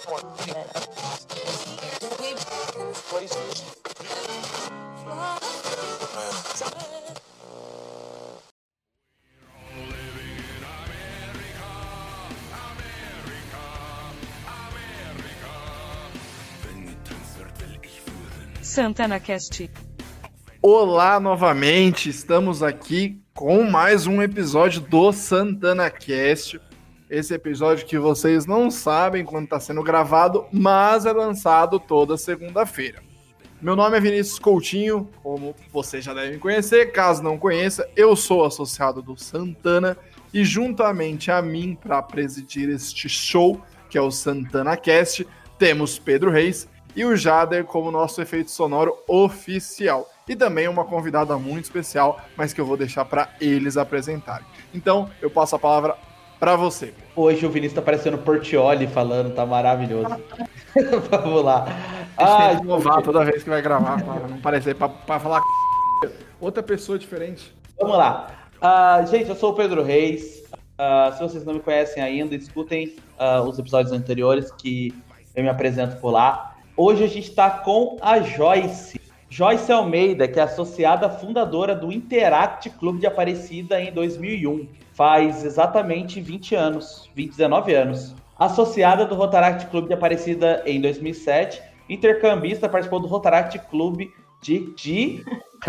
Santana Cast. Olá novamente, estamos aqui com mais um episódio do Santana Cast. Esse episódio que vocês não sabem quando está sendo gravado, mas é lançado toda segunda-feira. Meu nome é Vinícius Coutinho, como vocês já devem conhecer. Caso não conheça, eu sou associado do Santana e juntamente a mim para presidir este show, que é o Santana Cast, temos Pedro Reis e o Jader como nosso efeito sonoro oficial. E também uma convidada muito especial, mas que eu vou deixar para eles apresentarem. Então, eu passo a palavra para você. Hoje o Vinícius tá parecendo Portioli falando, tá maravilhoso. Vamos lá. A gente tem que inovar toda vez que vai gravar, para não parecer, para falar outra pessoa diferente. Vamos lá. Gente, eu sou o Pedro Reis. Se vocês não me conhecem ainda, escutem os episódios anteriores que eu me apresento por lá. Hoje a gente está com a Joyce. Joyce Almeida, que é associada fundadora do Interact Clube de Aparecida em 2001. Faz exatamente 19 anos. Associada do Rotaract Clube de Aparecida em 2007. Intercambista, participou do Rotaract Clube de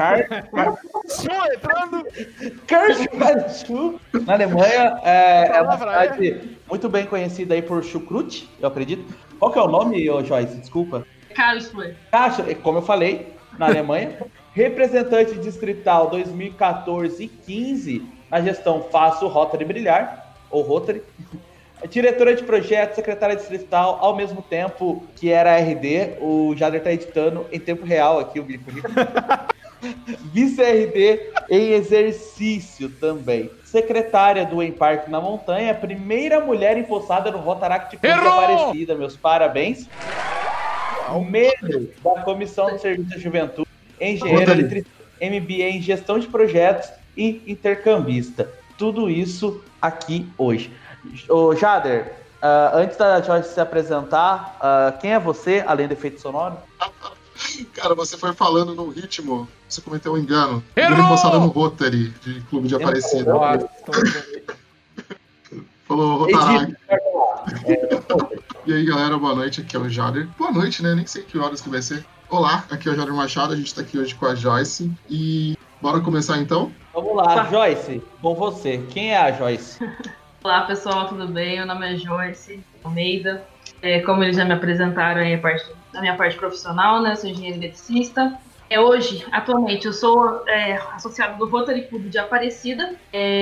Karlsruhe, na Alemanha. É uma cidade muito bem conhecida aí por chucrute, eu acredito. Qual que é o nome, Joyce? Desculpa. Karlsruhe. Como eu falei, na Alemanha. Representante distrital 2014 e 15 na gestão Faço Rotary Brilhar, ou Rotary. Diretora de projeto, secretária distrital, ao mesmo tempo que era RD. O Jader está editando em tempo real aqui o currículo. Vice-RD em exercício também. Secretária do Emparque na Montanha, primeira mulher empossada no Rotaract Clube de Aparecida. Meus parabéns. Membro da Comissão de Serviço à Juventude, engenheiro eletricista, MBA em Gestão de Projetos e intercambista. Tudo isso aqui hoje. Ô, Jader, antes da Joyce se apresentar, quem é você, além do efeito sonoro? Cara, você foi falando no ritmo, você cometeu um engano. Ele empossado no Rotary, de Clube de Aparecida. Falou Rotaract. E aí, galera, boa noite, aqui é o Jader. Boa noite, né? Nem sei que horas que vai ser. Olá, aqui é o Jader Machado, a gente tá aqui hoje com a Joyce. E bora começar então? Vamos lá, Joyce, com você. Quem é a Joyce? Olá, pessoal, tudo bem? Meu nome é Joyce Almeida. Como eles já me apresentaram aí a minha parte profissional, né? Eu sou engenheiro eletricista. Hoje, atualmente, eu sou associado do Rotary Clube de Aparecida.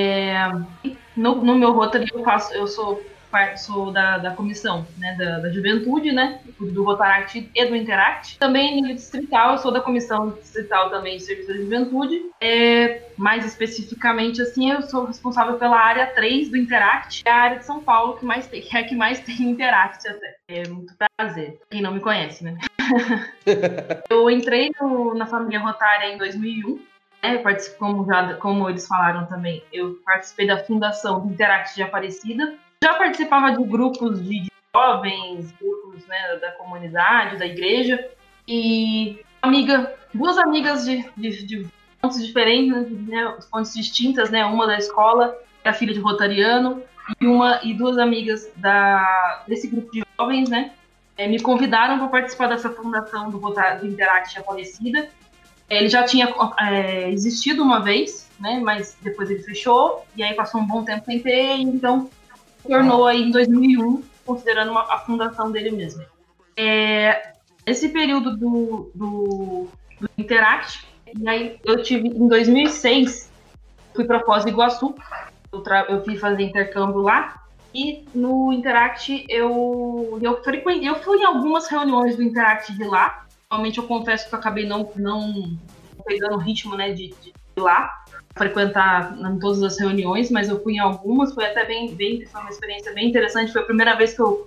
No meu Rotary eu sou da comissão, né, da juventude, né, do Rotaract e do Interact. Também em nível distrital, eu sou da comissão distrital também de serviço da juventude. Mais especificamente, assim, eu sou responsável pela área 3 do Interact, é a área de São Paulo que é a que mais tem Interact até. É muito prazer, quem não me conhece, né? Eu entrei na família Rotária em 2001. Como eles falaram também, eu participei da fundação do Interact de Aparecida. Já participava de grupos de jovens, grupos, né, da comunidade, da igreja, e duas amigas de fontes diferentes, né, fontes distintas, né, uma da escola, era filha de rotariano, e duas amigas desse grupo de jovens, né, me convidaram para participar dessa fundação do Interact Aparecida. Ele já tinha existido uma vez, né, mas depois ele fechou, e aí passou um bom tempo sem ter, então tornou aí em 2001, considerando a fundação dele mesmo. Esse período do Interact, e aí eu tive, em 2006, fui para Foz do Iguaçu, eu fui fazer intercâmbio lá, e no Interact eu fui em algumas reuniões do Interact de lá. Realmente eu confesso que eu acabei não pegando o ritmo, né, de ir lá, frequentar em todas as reuniões, mas eu fui em algumas, foi até foi uma experiência bem interessante. Foi a primeira vez que eu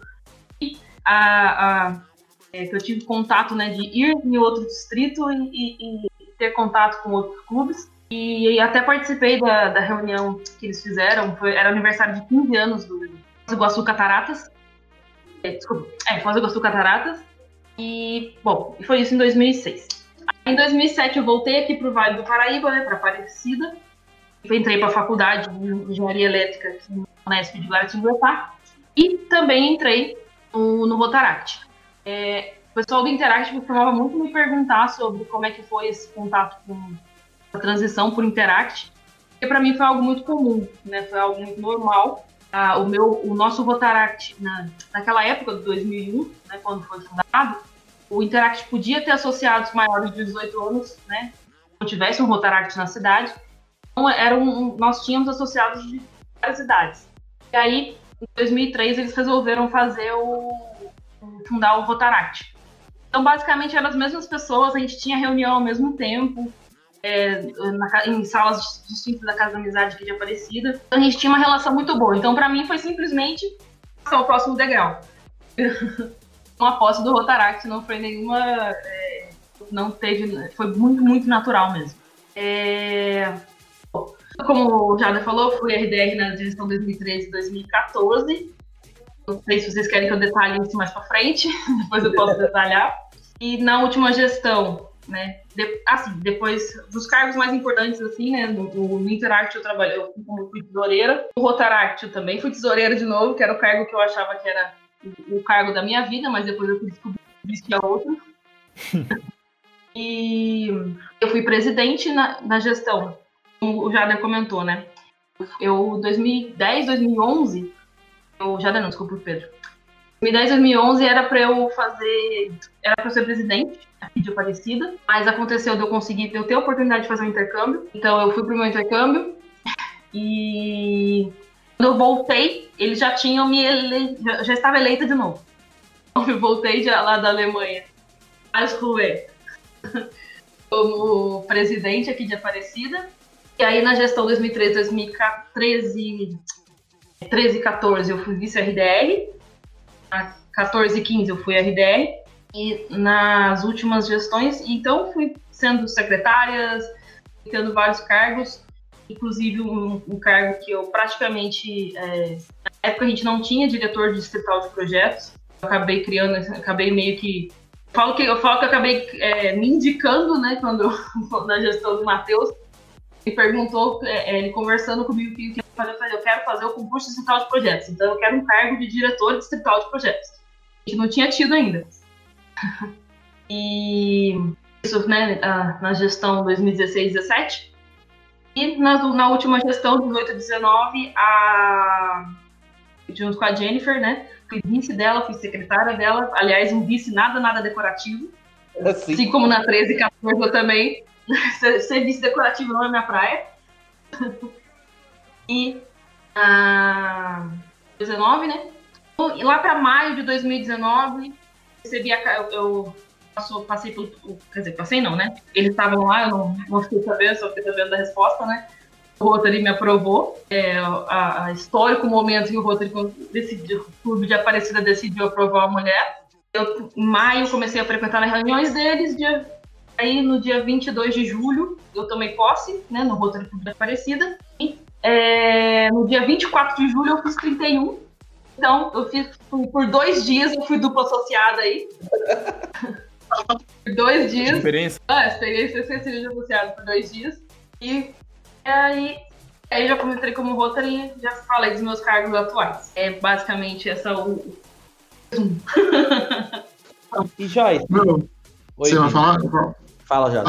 tive contato, né, de ir em outro distrito e ter contato com outros clubes. E até participei da reunião que eles fizeram, era aniversário de 15 anos do Iguaçu Cataratas. Foz do Iguaçu Cataratas. E, bom, foi isso em 2006. Em 2007 eu voltei aqui para o Vale do Paraíba, né, para Aparecida. Entrei para a faculdade de Engenharia Elétrica aqui no Unesp de Guaratinguetá. E também entrei no Rotaract. O pessoal do Interact costumava muito me perguntar sobre como é que foi esse contato com a transição por Interact. Porque para mim foi algo muito comum, né? Foi algo muito normal. O nosso Rotaract, naquela época de 2001, né, quando foi fundado, o Interact podia ter associados maiores de 18 anos, né? Se não tivesse um Rotaract na cidade. Então, nós tínhamos associados de várias idades. E aí, em 2003, eles resolveram fundar o Rotaract. Então, basicamente, eram as mesmas pessoas, a gente tinha reunião ao mesmo tempo, em salas distintas da Casa da Amizade aqui de Aparecida. Então, a gente tinha uma relação muito boa. Então, para mim, foi simplesmente passar o próximo degrau. Uma posse do Rotaract não foi nenhuma... não teve... Foi muito, muito natural mesmo. Como o Jader falou, fui RDR na gestão 2013 e 2014. Não sei se vocês querem que eu detalhe isso mais para frente, depois eu posso detalhar. E na última gestão, né, depois dos cargos mais importantes, assim, né, no Interact eu fui tesoureira. No Rotaract eu também fui tesoureira de novo, que era o cargo que eu achava que era o cargo da minha vida, mas depois eu descobri que tinha outro. E eu fui presidente na gestão, como o Jader comentou, né? Eu, 2010, 2011, Jader não, desculpa, Pedro. 2010, 2011 era para eu ser presidente aqui de Aparecida, mas aconteceu de eu ter a oportunidade de fazer um intercâmbio, então eu fui pro meu intercâmbio e quando eu voltei, eles já tinham já estava eleita de novo. Eu voltei lá da Alemanha, como presidente aqui de Aparecida. E aí, na gestão 2013 e 14, eu fui vice-RDR. Na 14 e 15, eu fui RDR. E nas últimas gestões, então, fui sendo secretária, tendo vários cargos. Inclusive, um cargo que eu praticamente... na época, a gente não tinha diretor distrital de projetos. Eu acabei meio que... Eu falo que eu acabei me indicando, né, na gestão do Matheus. Ele perguntou, ele conversando comigo, o que eu falei, eu quero fazer o concurso distrital de projetos, então eu quero um cargo de diretor distrital de projetos. A gente não tinha tido ainda. E isso, né, na gestão 2016-17. E na última gestão, 18-19, junto com a Jennifer, né, fui vice dela, fui secretária dela, aliás, um vice nada decorativo. Assim como na 13 e 14 eu também. Ser vice decorativo não é minha praia. E 19, né? E lá para maio de 2019, passei pelo... Quer dizer, passei não, né? Eles estavam lá, eu não fiquei sabendo, só fiquei sabendo da resposta, né? O Rotary me aprovou. A histórico momento que o Rotary decidiu, o Clube de Aparecida decidiu aprovar a mulher. Eu, em maio, comecei a frequentar as reuniões deles. Aí, no dia 22 de julho, eu tomei posse, né, no Rotary Clube de Aparecida. E no dia 24 de julho, eu fiz 31. Então, por 2 dias, eu fui dupla associada aí. Por 2 dias. Experiência. Experiência de associado por 2 dias. E aí já entrei como Rotary e já falei dos meus cargos atuais. Basicamente essa E Joyce? Você vai falar? Fala, já.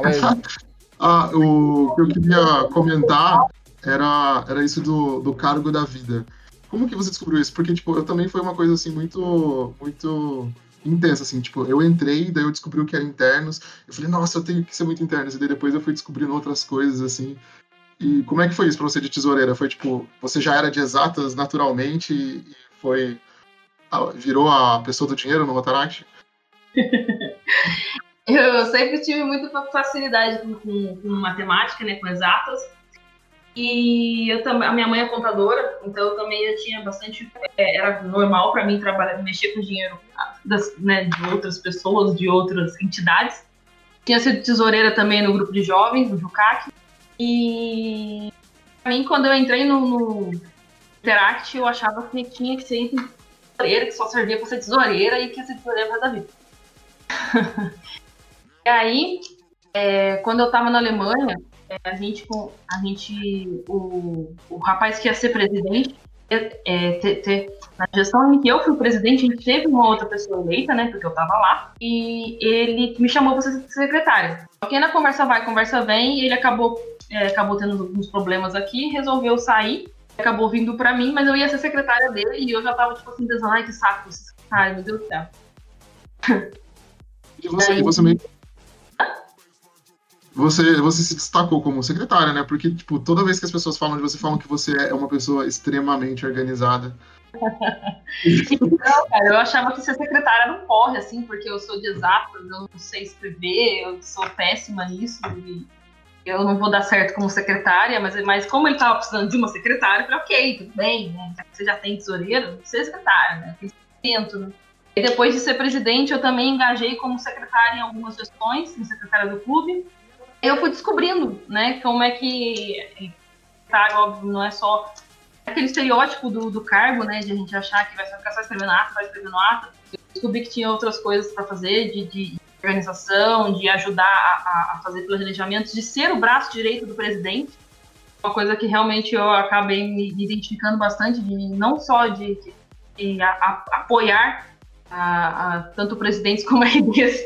O que eu queria comentar era isso do cargo da vida. Como que você descobriu isso? Porque, tipo, eu também foi uma coisa, assim, muito, muito intensa, assim. Tipo, eu entrei, daí eu descobri o que era internos. Eu falei, nossa, eu tenho que ser muito internos. E daí depois eu fui descobrindo outras coisas, assim. E como é que foi isso pra você de tesoureira? Foi, tipo, você já era de exatas naturalmente e virou a pessoa do dinheiro no Rotaract? Eu sempre tive muita facilidade com matemática, né, com exatas. E a minha mãe é contadora, então eu também tinha bastante... Era normal para mim mexer com dinheiro de outras pessoas, de outras entidades. Tinha sido tesoureira também no grupo de jovens, do Jucac. E para mim, quando eu entrei no Interact, eu achava que tinha que ser tesoureira, que só servia para ser tesoureira e que ia ser tesoureira para da vida. E aí, quando eu estava na Alemanha, o rapaz que ia ser presidente, na gestão em que eu fui presidente, a gente teve uma outra pessoa eleita, né, porque eu estava lá, e ele me chamou para ser secretária. Só que na conversa vai, conversa vem, e ele acabou tendo alguns problemas aqui, resolveu sair, acabou vindo para mim, mas eu ia ser secretária dele, e eu já estava tipo assim, pensando, ai, que saco, secretária, meu Deus do céu. E você meio... Você se destacou como secretária, né? Porque, tipo, toda vez que as pessoas falam de você, falam que você é uma pessoa extremamente organizada. Não, cara, eu achava que ser secretária não corre, assim, porque eu sou de exatas, eu não sei escrever, eu sou péssima nisso, e eu não vou dar certo como secretária, mas como ele tava precisando de uma secretária, eu falei, ok, tudo bem, né? Você já tem tesoureiro, você é secretária, né? Tem tempo, né? E depois de ser presidente, eu também engajei como secretária em algumas gestões, como secretária do clube. Eu fui descobrindo, né, como é que secretário, óbvio, não é só aquele estereótipo do cargo, né, de a gente achar que vai ficar só escrevendo ata, Eu descobri que tinha outras coisas para fazer, de organização, de ajudar a fazer planejamentos, de ser o braço direito do presidente. Uma coisa que realmente eu acabei me identificando bastante, de não só de apoiar tanto presidentes como RDs.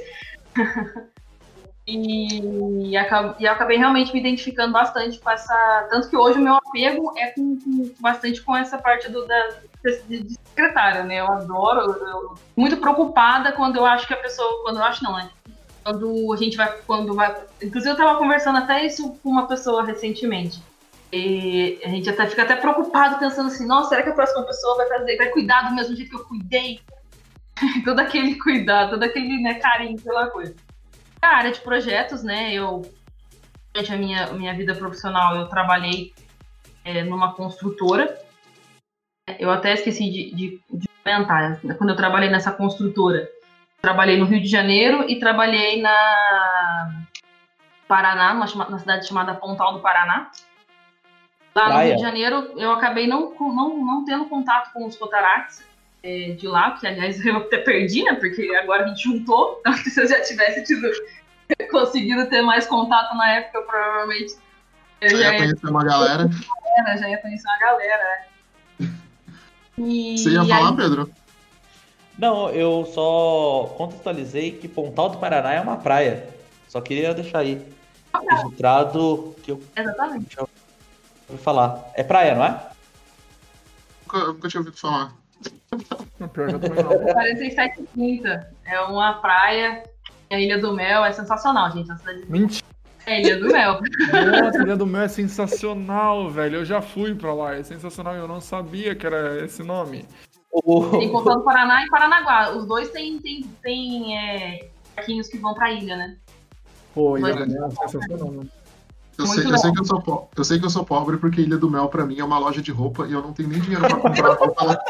E acabei realmente me identificando bastante com essa... Tanto que hoje o meu apego é bastante com essa parte de secretária, né? Eu adoro, eu muito preocupada quando eu acho que a pessoa... Quando eu acho não, né? Quando a gente vai... Inclusive eu estava conversando até isso com uma pessoa recentemente. E a gente fica até preocupado pensando assim, nossa, será que a próxima pessoa vai cuidar do mesmo jeito que eu cuidei? Todo aquele cuidado, todo aquele, né, carinho pela coisa. A área de projetos, né, durante a minha vida profissional, eu trabalhei numa construtora. Eu até esqueci de comentar, quando eu trabalhei nessa construtora, trabalhei no Rio de Janeiro e trabalhei na Paraná, na cidade chamada Pontal do Paraná. Lá no Rio de Janeiro, eu acabei não tendo contato com os Rotaracts de lá, que aliás eu até perdi, né? Porque agora a gente juntou. Então, se eu já tivesse conseguido ter mais contato na época, eu provavelmente já ia conhecer uma galera. Já ia conhecer uma galera. Você ia falar, Pedro? Não, eu só contextualizei que Pontal do Paraná é uma praia. Só queria deixar aí registrado que eu... Exatamente. Eu vou falar. É praia, não é? Nunca tinha ouvido falar. Pior que eu também não. 47,30. É uma praia. A Ilha do Mel é sensacional, gente. A cidade... Mentira. É Ilha do Mel. Nossa, a Ilha do Mel é sensacional, velho. Eu já fui pra lá. É sensacional. Eu não sabia que era esse nome. Tem Pontal do Paraná e Paranaguá. Os dois tem barquinhos que vão pra ilha, né? Pô, Ilha do Mel é sensacional, mano. Eu sei que eu sou pobre porque Ilha do Mel pra mim é uma loja de roupa e eu não tenho nem dinheiro pra comprar roupa lá.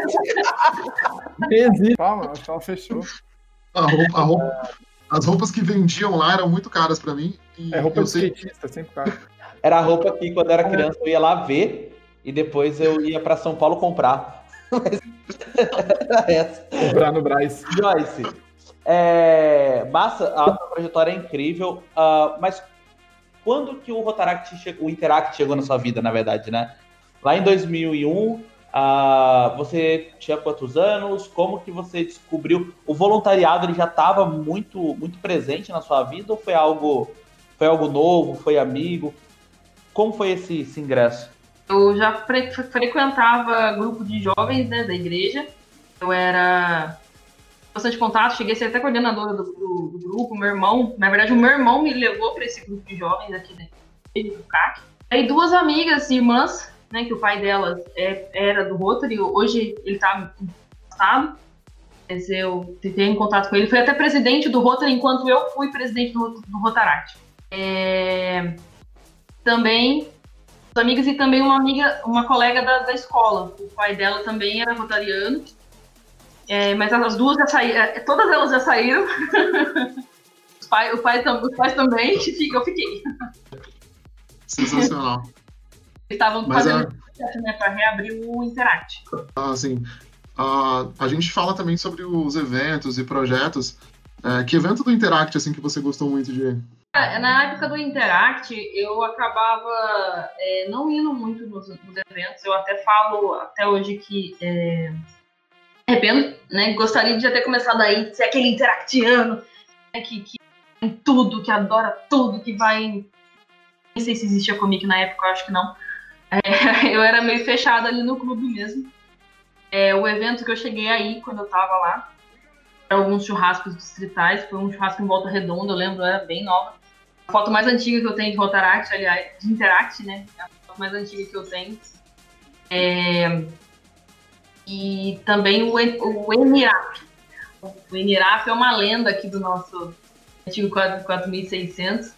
Calma, acho que ela fechou. As roupas que vendiam lá eram muito caras pra mim. E roupa de skatista, sempre caro. Era a roupa que quando eu era criança eu ia lá ver e depois eu ia pra São Paulo comprar. Comprar no Brás. Joyce, massa, a sua trajetória é incrível, mas quando que o Interact chegou na sua vida, na verdade, né? Lá em 2001, você tinha quantos anos? Como que você descobriu? O voluntariado ele já estava muito, muito presente na sua vida ou foi algo novo, foi amigo? Como foi esse ingresso? Eu já frequentava grupo de jovens, né, da igreja. Eu era bastante contato, cheguei a ser até coordenadora do grupo. Meu irmão, na verdade, o meu irmão me levou para esse grupo de jovens aqui do CAC. Aí duas amigas, irmãs, né, que o pai delas era do Rotary, hoje ele está afastado, mas eu tenho contato com ele. Fui até presidente do Rotary enquanto eu fui presidente do Rotaract. Também amigas e também uma colega da escola. O pai dela também era rotariano. Mas as duas já saíram, todas elas já saíram. Os pais também, eu fiquei. Sensacional. Eles estavam fazendo processo, né, para reabrir o Interact. Assim, A gente fala também sobre os eventos e projetos. Que evento do Interact, assim, que você gostou muito de ir? Na época do Interact, eu acabava não indo muito nos eventos. Eu até falo até hoje que arrependo, né? Gostaria de já ter começado aí, ser aquele interactiano, né? Que tem tudo, que adora tudo, que vai... Nem sei se existia comic na época, eu acho que não. Eu era meio fechada ali no clube mesmo. O evento que eu cheguei aí, quando eu tava lá, alguns churrascos distritais, foi um churrasco em Volta Redonda, eu lembro, eu era bem nova. A foto mais antiga que eu tenho de Rotaract, aliás, de Interact, né? A foto mais antiga que eu tenho. E também o Enirap. O Enirap é uma lenda aqui do nosso antigo 4600.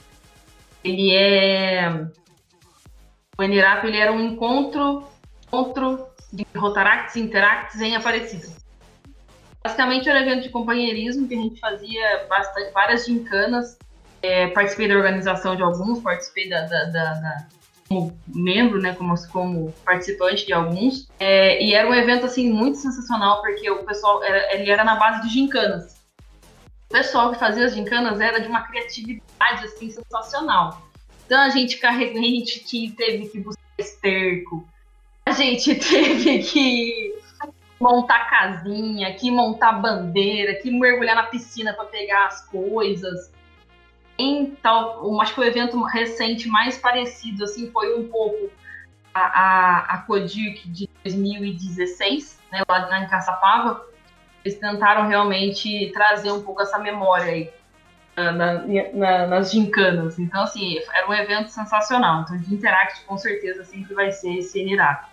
O Enirap, ele era um encontro de Rotaracts e Interacts em Aparecida. Basicamente era um evento de companheirismo que a gente fazia várias gincanas. Participei da organização de alguns, participei como membro, né, como participante de alguns. E era um evento assim muito sensacional, porque o pessoal ele era na base de gincanas. O pessoal que fazia as gincanas era de uma criatividade assim sensacional. Então a gente teve que buscar esterco, a gente teve que montar casinha, que montar bandeira, que mergulhar na piscina para pegar as coisas. Acho que o evento recente mais parecido assim foi um pouco a Codirc de 2016, né, lá em Caçapava. Eles tentaram realmente trazer um pouco essa memória aí nas gincanas. Então, assim, era um evento sensacional. Então, de Interact, com certeza, sempre vai ser esse Enirap.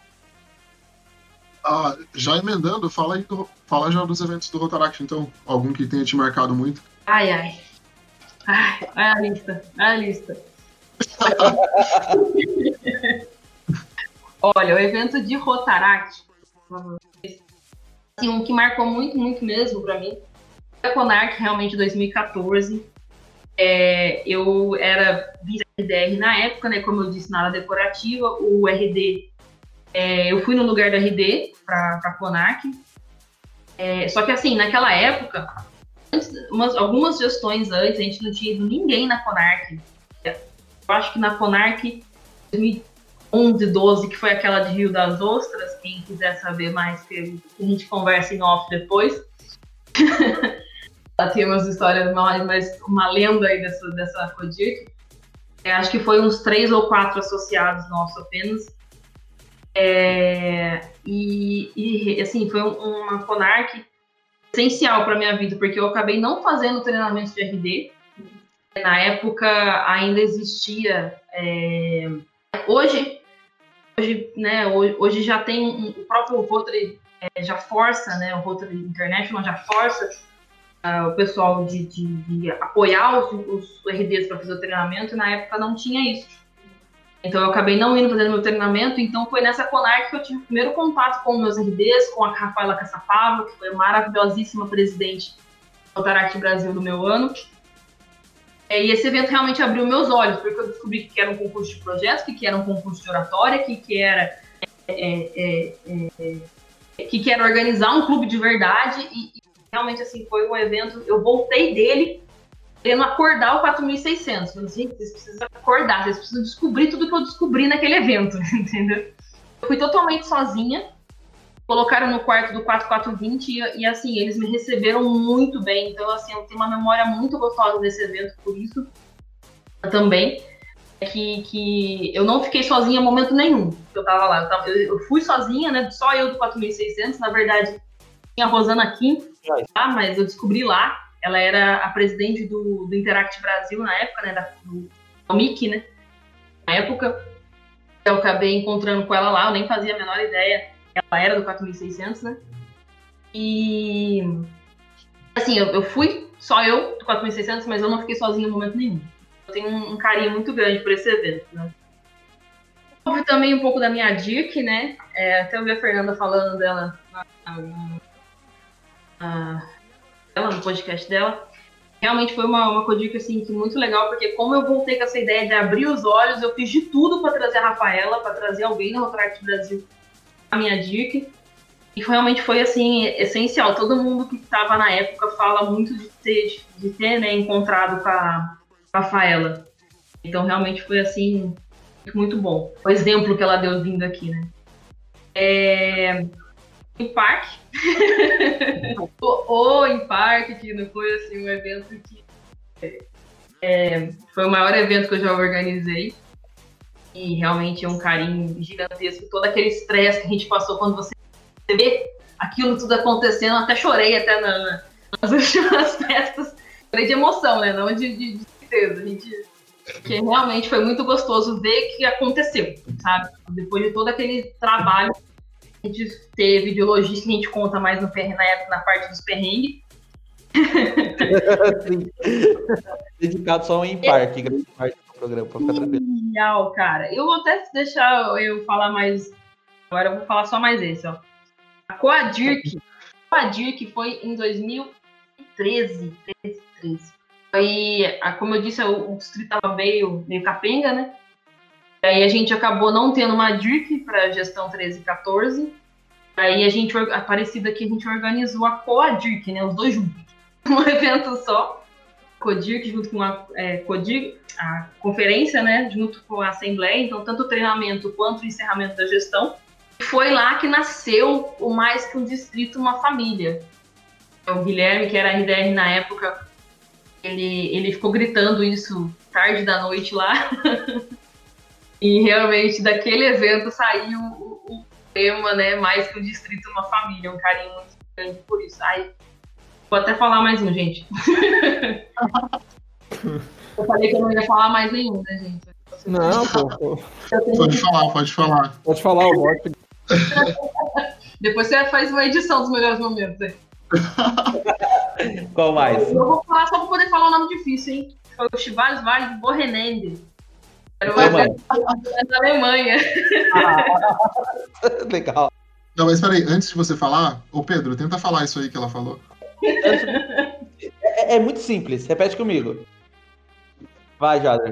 Já emendando, fala já dos eventos do Rotaract, então. Algum que tenha te marcado muito. Ai, a lista. Olha, o evento de Rotaract, assim, um que marcou muito, muito mesmo pra mim, foi a Conarc, realmente, 2014. Eu era vice-RDR na época, né, como eu disse, na área decorativa. O RD, eu fui no lugar do RD pra Conarc. Só que, assim, naquela época, algumas gestões antes, a gente não tinha ido ninguém na Conarc. Eu acho que na Conarc 2011, 12, que foi aquela de Rio das Ostras, quem quiser saber mais, que a gente conversa em off depois. Tem umas histórias, mas uma lenda aí dessa Codirc. Acho que foi uns 3 ou 4 associados nossos apenas. Assim, foi uma Conarc essencial para minha vida, porque eu acabei não fazendo treinamento de RD. Na época ainda existia. Hoje, né, hoje já tem o próprio Rotary já força, né, o Rotary International já força o pessoal de apoiar os RDs para fazer o treinamento, e na época não tinha isso. Então eu acabei não indo fazendo meu treinamento. Então foi nessa Conarc que eu tive o primeiro contato com meus RDs, com a Rafaela Caçapava, que foi a maravilhosíssima presidente do Rotaract Brasil do meu ano. E esse evento realmente abriu meus olhos, porque eu descobri que era um concurso de projetos, que era um concurso de oratória, que era organizar um clube de verdade. E realmente, assim, foi um evento. Eu voltei dele querendo acordar o 4600. Falei assim, vocês precisam acordar, vocês precisam descobrir tudo que eu descobri naquele evento, entendeu? Eu fui totalmente sozinha, colocaram no quarto do 4420 e assim, eles me receberam muito bem. Então, assim, eu tenho uma memória muito gostosa desse evento, por isso também, que eu não fiquei sozinha em momento nenhum que eu tava lá. Eu fui sozinha, né, só eu do 4600, na verdade, tinha a Rosana Kim, mas eu descobri lá. Ela era a presidente do Interact Brasil na época, né, do MIC, né, na época. Eu acabei encontrando com ela lá, eu nem fazia a menor ideia. Ela era do 4600, né, e assim, eu fui só eu do 4600, mas eu não fiquei sozinha em momento nenhum. Eu tenho um carinho muito grande por esse evento, né. Houve também um pouco da minha DIRC, né, até eu vi a Fernanda falando dela no podcast dela. Realmente foi uma Codirc assim, que muito legal, porque como eu voltei com essa ideia de abrir os olhos, eu fiz de tudo para trazer a Rafaela, para trazer alguém na Rotaract Brasil, a minha DIRC. E realmente foi, assim, essencial. Todo mundo que estava na época fala muito de ter né, encontrado com a Rafaela. Então, realmente foi, assim, muito bom. O exemplo que ela deu vindo aqui, né? Em Parque. Ou em Parque, que não foi, assim, um evento que... foi o maior evento que eu já organizei. E realmente é um carinho gigantesco. Todo aquele estresse que a gente passou quando você vê aquilo tudo acontecendo. Até chorei até nas últimas festas. Chorei de emoção, né? Não de tristeza. Que realmente foi muito gostoso ver que aconteceu, sabe? Depois de todo aquele trabalho que a gente teve de logística, que a gente conta mais na parte dos perrengues. Dedicado só em Parque, grande parte do programa, pra ficar tranquilo. Legal, cara. Eu vou até deixar eu falar mais. Agora eu vou falar só mais esse, ó. A Coadirc foi em 2013. Aí, como eu disse, o distrito estava meio capenga, né? Aí a gente acabou não tendo uma DIRC para gestão 13 e 14. Aí a Aparecida aqui, a gente organizou a Coadirc, né? Os dois juntos. Um evento só. Codirc junto com a conferência, né? Junto com a Assembleia. Então, tanto o treinamento quanto o encerramento da gestão. Foi lá que nasceu o Mais Que um Distrito, uma Família. O Guilherme, que era RDR na época, ele ficou gritando isso tarde da noite lá. E realmente daquele evento saiu o tema, né? Mais Que um Distrito, uma Família. Um carinho muito grande por isso. Ai, vou até falar mais um, gente. Eu falei que eu não ia falar mais nenhum, né, gente? Não, pô. Pode falar. Pode falar, o voto. Depois você faz uma edição dos melhores momentos aí. Qual mais? Eu vou falar só pra poder falar um nome difícil, hein? Foi o Chivales Vale de Borrenende. Era o evento da Alemanha. Legal. Não, mas peraí, antes de você falar, ô Pedro, tenta falar isso aí que ela falou. É muito simples, repete comigo. Vai, Jader.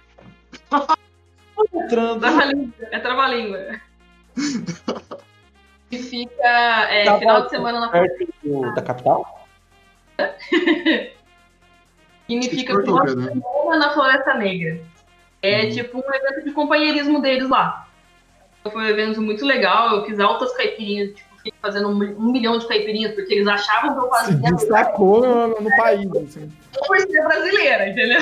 É trava-língua. E fica final de semana na perto da capital? E fica final de semana na Floresta Negra. É tipo um evento de companheirismo deles lá. Foi um evento muito legal. Eu fiz altas caipirinhas, tipo, fiquei fazendo 1 milhão de caipirinhas, porque eles achavam que eu fazia. Se destacou no país, assim. Por ser brasileira, entendeu?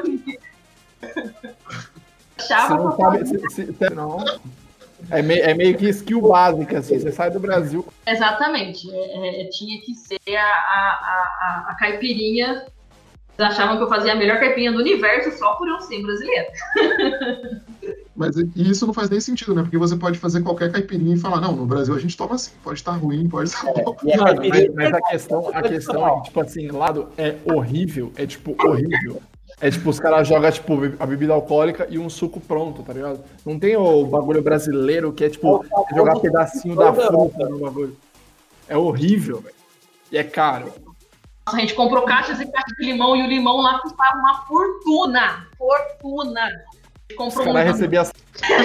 Achavam que eu fazia. Não. É meio que skill básica, assim. Você sai do Brasil. Exatamente. Tinha que ser a caipirinha. Eles achavam que eu fazia a melhor caipirinha do universo só por eu ser brasileira. Mas isso não faz nem sentido, né? Porque você pode fazer qualquer caipirinha e falar, não, no Brasil a gente toma assim, pode estar ruim, pode estar bom. Mas a questão é que, tipo assim, lado é horrível, é tipo horrível. É tipo, os caras jogam, tipo, a bebida alcoólica e um suco pronto, tá ligado? Não tem o bagulho brasileiro que é, tipo, jogar pedacinho da fruta no bagulho. É horrível, velho. E é caro. A gente comprou caixas e caixas de limão e o limão lá custava uma fortuna. Os caras recebiam as...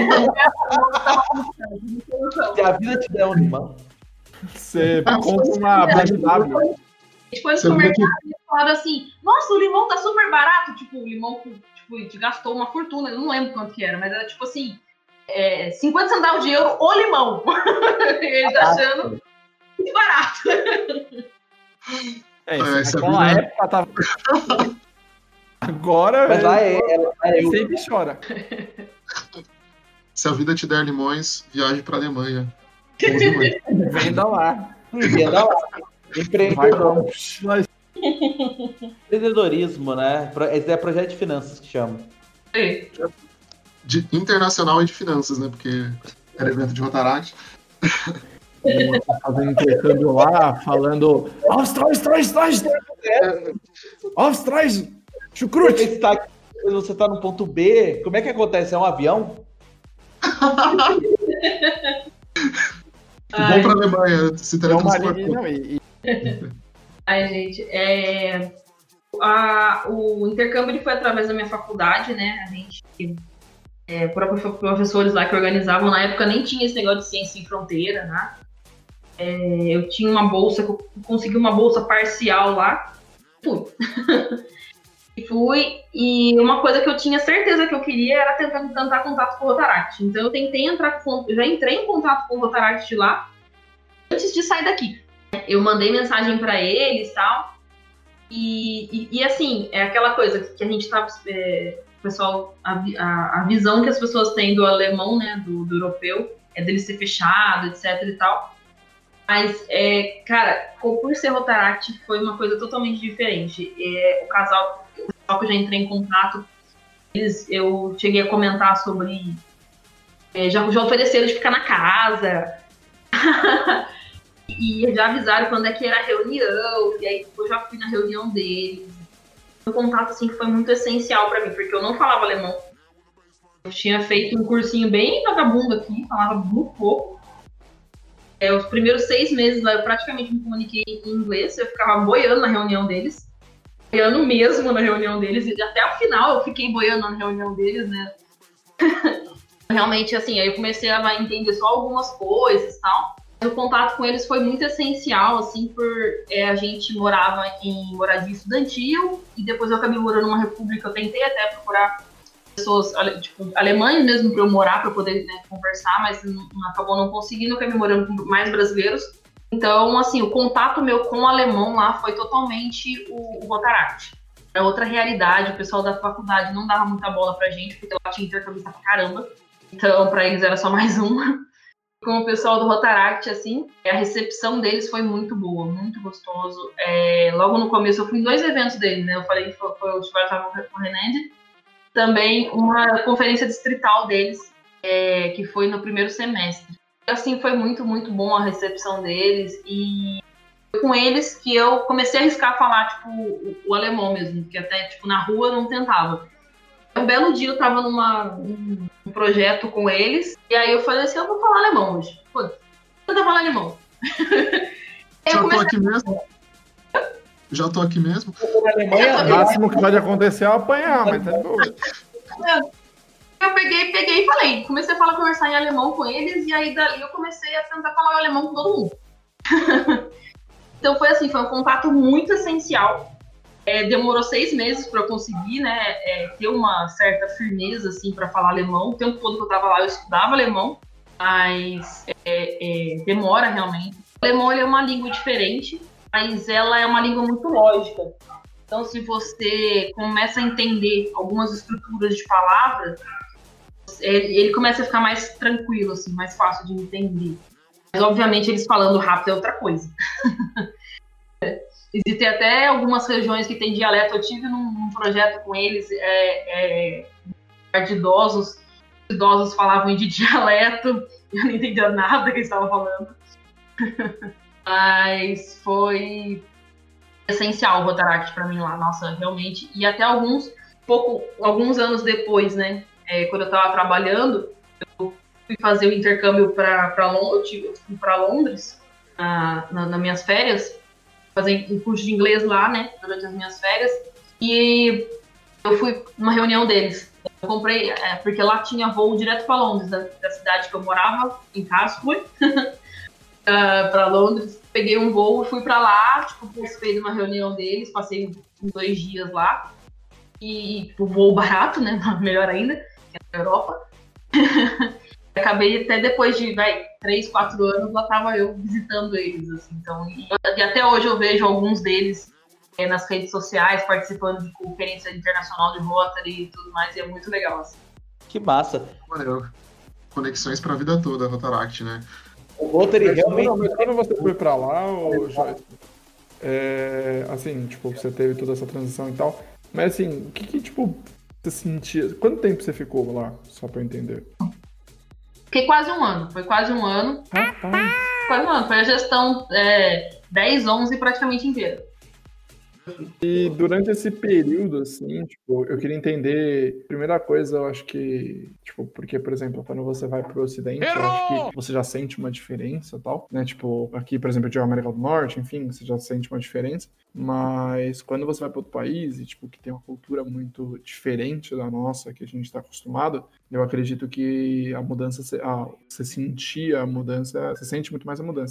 Se a vida te der um limão, você compra uma BMW. Depois do supermercado, eles falaram assim, nossa, o limão tá super barato. Tipo, o limão, tipo, a gente gastou uma fortuna, eu não lembro quanto que era, mas era tipo assim, 50 centavos de euro o limão. Eles achando muito barato. Naquela época tava... Agora mas lá sempre chora. Se a vida te der limões, viaje pra Alemanha. Venda lá. Empreendedorismo, né? Esse é projeto de finanças que chama. De internacional e de finanças, né? Porque era evento de Rotaract. Tá fazendo intercâmbio lá, falando Aufstreich, chucrute. Você tá no ponto B, como é que acontece? É um avião? Bom pra Alemanha, se teletransportou. Ai, gente, o intercâmbio ele foi através da minha faculdade, né? A gente, próprios professores lá que organizavam, na época nem tinha esse negócio de ciência sem fronteira, né? Eu tinha uma bolsa, eu consegui uma bolsa parcial lá. Fui, e uma coisa que eu tinha certeza que eu queria era tentar contato com o Rotaract. Então eu tentei já entrei em contato com o Rotaract lá antes de sair daqui. Eu mandei mensagem para eles e tal. E assim, é aquela coisa que a gente tá. Pessoal, a visão que as pessoas têm do alemão, né, do europeu, é dele ser fechado, etc e tal. Mas, cara, por ser Rotaract, foi uma coisa totalmente diferente. O casal que eu já entrei em contato, eu cheguei a comentar sobre... já ofereceram de ficar na casa. E já avisaram quando é que era a reunião. E aí eu já fui na reunião deles. Um contato, assim, que foi muito essencial pra mim, porque eu não falava alemão. Eu tinha feito um cursinho bem vagabundo aqui, falava muito pouco. Os primeiros 6 meses lá, eu praticamente me comuniquei em inglês. Eu ficava boiando na reunião deles. Boiando mesmo na reunião deles. E até o final eu fiquei boiando na reunião deles, né? Realmente, assim, aí eu comecei a entender só algumas coisas e tal. O contato com eles foi muito essencial, assim, a gente morava em moradia estudantil. E depois eu acabei morando numa república. Eu tentei até procurar pessoas, tipo, alemães mesmo para eu morar, para poder, né, conversar, mas acabou não conseguindo, eu acabei morando com mais brasileiros. Então, assim, o contato meu com o alemão lá foi totalmente o Rotaract. É outra realidade, o pessoal da faculdade não dava muita bola pra gente, porque lá tinha intercambista pra caramba. Então, pra eles era só mais uma. Com o pessoal do Rotaract, assim, a recepção deles foi muito boa, muito gostoso. Logo no começo, eu fui em 2 eventos deles, né? Eu falei que foi o Schwarzbach com o Renende. Também uma conferência distrital deles, que foi no primeiro semestre. Assim, foi muito, muito bom a recepção deles, e foi com eles que eu comecei a arriscar falar, tipo, o alemão mesmo, que até, tipo, na rua eu não tentava. Um belo dia eu tava num projeto com eles, e aí eu falei assim, eu vou falar alemão hoje. Pô, eu vou falar alemão. Já tô aqui mesmo. O máximo que pode acontecer é apanhar, mas tá doido. Eu peguei e falei. Comecei a conversar em alemão com eles, e aí dali eu comecei a tentar falar alemão com todo mundo. Então foi assim, foi um contato muito essencial. Demorou 6 meses para eu conseguir, né, ter uma certa firmeza, assim, para falar alemão. O tempo todo que eu tava lá, eu estudava alemão, mas demora realmente. O alemão, ele é uma língua diferente, mas ela é uma língua muito lógica. Então, se você começa a entender algumas estruturas de palavras, ele começa a ficar mais tranquilo, assim, mais fácil de entender. Mas, obviamente, eles falando rápido é outra coisa. Existem até algumas regiões que tem dialeto. Eu tive num projeto com eles, de idosos. Os idosos falavam de dialeto, eu não entendia nada que eles estavam falando. Mas foi essencial o Rotaract para mim lá, nossa, realmente. E até alguns anos depois, né, quando eu estava trabalhando, eu fui fazer o intercâmbio para Londres, nas minhas férias, fazer um curso de inglês lá, né, durante as minhas férias, e eu fui numa reunião deles. Eu comprei, porque lá tinha voo direto para Londres, da cidade que eu morava, em Carlsbad, para Londres. Peguei um voo e fui para lá, tipo, participei de uma reunião deles, passei 2 dias lá, e o voo barato, né, melhor ainda, que é na Europa. Acabei até depois de 3, 4 anos, lá tava eu visitando eles, assim. Então, e até hoje eu vejo alguns deles nas redes sociais, participando de conferência internacional de Rotary e tudo mais, e é muito legal, assim. Que massa. Valeu. Conexões pra vida toda, Rotaract, né? O Rotary realmente... Mas quando você foi pra lá, Joyce, assim, tipo, você teve toda essa transição e tal, mas assim, o que tipo, você sentia... Quanto tempo você ficou lá, só pra eu entender? Fiquei quase 1 ano, foi quase 1 ano. Quase 1 ano, foi a gestão 10, 11 praticamente inteira. E durante esse período, assim, tipo, eu queria entender, primeira coisa, eu acho que, tipo, porque, por exemplo, quando você vai pro Ocidente, eu acho que você já sente uma diferença e tal, né, tipo, aqui, por exemplo, de América do Norte, enfim, você já sente uma diferença, mas quando você vai para outro país e, tipo, que tem uma cultura muito diferente da nossa, que a gente tá acostumado, eu acredito que a mudança, você sentia a mudança, você sente muito mais a mudança.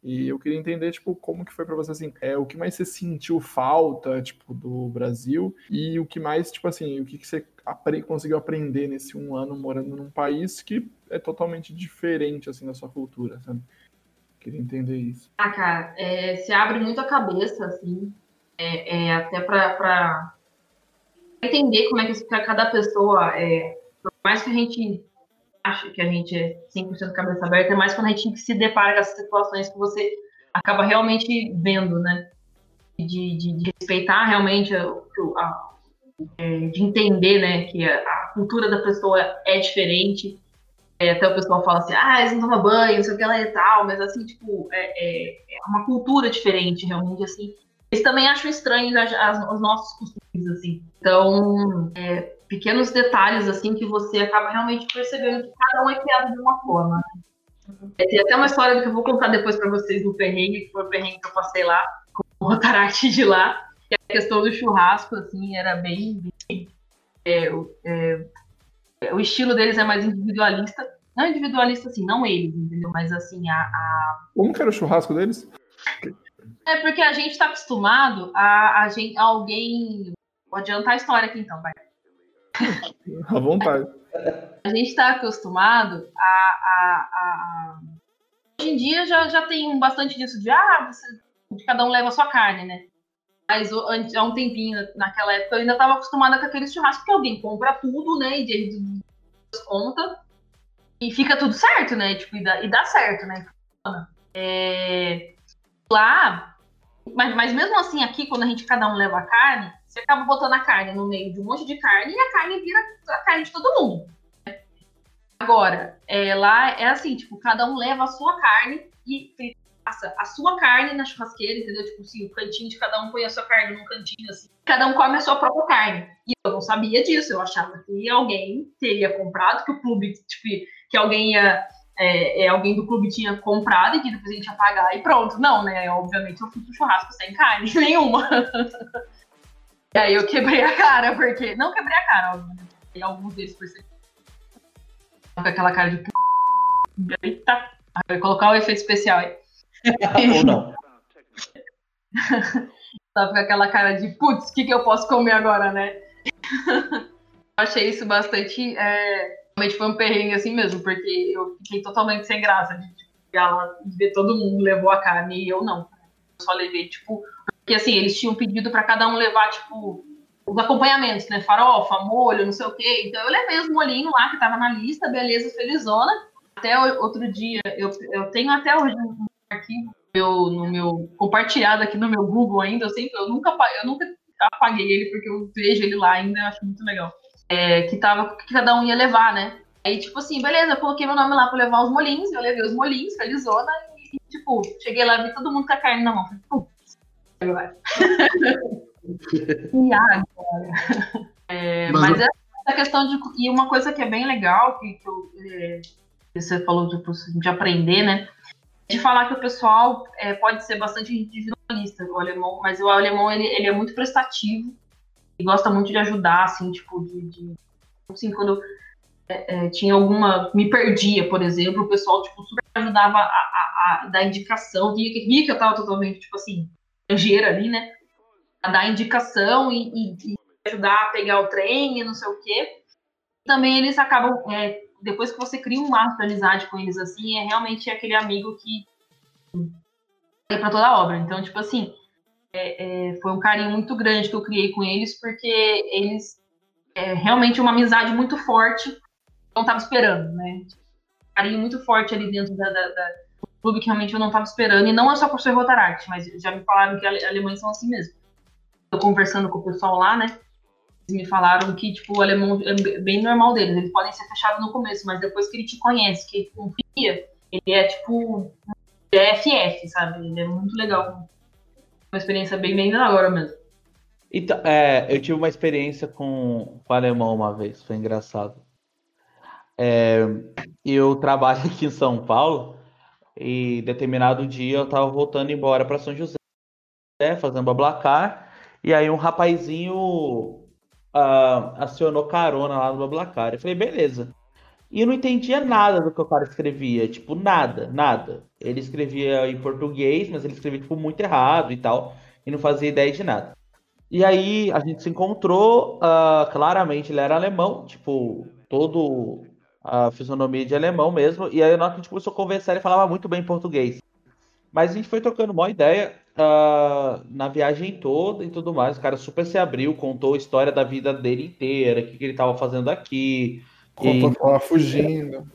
E eu queria entender, tipo, como que foi pra você, assim, o que mais você sentiu falta, tipo, do Brasil e o que mais, tipo assim, o que você conseguiu aprender nesse 1 ano morando num país que é totalmente diferente, assim, da sua cultura, sabe? Queria entender isso. Cara, se abre muito a cabeça, assim, até pra entender como é que cada pessoa, por mais que a gente ache que a gente é 100% cabeça aberta, é mais quando a gente se depara com essas situações que você acaba realmente vendo, né? De respeitar realmente, de entender, né, que a cultura da pessoa é diferente. Até o pessoal fala assim, eles não tomam banho, não sei o que lá e tal, mas assim, tipo, é uma cultura diferente, realmente, assim. Eles também acham estranhos os nossos costumes, assim. Então, pequenos detalhes, assim, que você acaba realmente percebendo que cada um é criado de uma forma. Tem até uma história que eu vou contar depois pra vocês do perrengue, que foi o perrengue que eu passei lá, com o Rotaract de lá, que a questão do churrasco, assim, era bem o estilo deles é mais individualista. Não individualista, assim, não eles, entendeu? Mas, assim, Como que era o churrasco deles? É porque a gente tá acostumado a alguém... Vou adiantar a história aqui, então, vai. À vontade. A gente tá acostumado Hoje em dia já tem bastante disso de cada um leva a sua carne, né? Mas há um tempinho, naquela época, eu ainda estava acostumada com aquele churrasco que alguém compra tudo, né? E de conta. E fica tudo certo, né? Tipo, e dá certo, né? Lá, mas mesmo assim, aqui, quando cada um leva a carne, você acaba botando a carne no meio de um monte de carne e a carne vira a carne de todo mundo. Agora, lá é assim, tipo, cada um leva a sua carne e passa a sua carne na churrasqueira, entendeu? Tipo assim, o cantinho de cada um põe a sua carne num cantinho assim. Cada um come a sua própria carne. E eu não sabia disso, eu achava que alguém teria comprado, que o clube, tipo, que alguém alguém do clube tinha comprado e que depois a gente ia pagar e pronto. Não, né? Obviamente eu fui pro churrasco sem carne nenhuma. E aí eu quebrei a cara, porque... Não quebrei a cara, óbvio. E alguns deles perceberam. Com aquela cara de... Eita! Vai colocar o efeito especial aí. Ou não. Tá com aquela cara de, putz, o que eu posso comer agora, né? Eu achei isso bastante... Realmente foi um perrengue assim mesmo, porque eu fiquei totalmente sem graça de chegar lá e ver todo mundo levou a carne e eu não. Eu só levei, tipo... Porque assim, eles tinham pedido pra cada um levar, tipo, os acompanhamentos, né? Farofa, molho, não sei o quê. Então eu levei os molhinhos lá que tava na lista, beleza, felizona. Até outro dia, eu tenho até hoje um arquivo no meu compartilhado aqui no meu Google ainda. Eu nunca apaguei ele porque eu vejo ele lá ainda, eu acho muito legal. Que cada um ia levar, né? Aí, tipo assim, beleza, eu coloquei meu nome lá pra levar os molhinhos, eu levei os molhinhos, felizona, e tipo, cheguei lá e vi todo mundo com a carne na mão. Falei, putz, agora. E agora? Mas essa questão de... E uma coisa que é bem legal, que você falou de aprender, né? De falar que o pessoal pode ser bastante individualista, o alemão, mas o alemão, ele é muito prestativo e gosta muito de ajudar, assim, tipo, assim, quando tinha me perdia, por exemplo, o pessoal, tipo, super ajudava a dar indicação, via que eu tava totalmente, tipo assim, estrangeira ali, né, a dar indicação e ajudar a pegar o trem e não sei o quê. Também eles acabam, depois que você cria um laço de amizade com eles, assim, realmente aquele amigo que é pra toda a obra. Então, tipo assim, foi um carinho muito grande que eu criei com eles, porque eles realmente uma amizade muito forte, eu não tava esperando, né? Um carinho muito forte ali dentro do clube que realmente eu não tava esperando, e não é só por ser Rotaract, mas já me falaram que alemães são assim mesmo. Eu conversando com o pessoal lá, né? Eles me falaram que, tipo, o alemão é bem normal deles, eles podem ser fechados no começo, mas depois que ele te conhece, que ele confia, ele é, tipo, FF, sabe? Ele é muito legal. Uma experiência bem da hora mesmo. Então, eu tive uma experiência com alemão uma vez, foi engraçado. Eu trabalho aqui em São Paulo e determinado dia eu tava voltando embora para São José, fazendo BlaBlaCar, e aí um rapazinho acionou carona lá no BlaBlaCar. Eu falei, beleza. e eu não entendia nada do que o cara escrevia, tipo, nada. Ele escrevia em português, mas ele escrevia, tipo, muito errado e tal, e não fazia ideia de nada. E aí a gente se encontrou, claramente ele era alemão, tipo, todo a fisionomia de alemão mesmo, e aí na hora que a gente começou a conversar, ele falava muito bem português. Mas a gente foi trocando uma ideia na viagem toda e tudo mais. O cara super se abriu, contou a história da vida dele inteira, o que ele estava fazendo aqui. Contou que tava fugindo.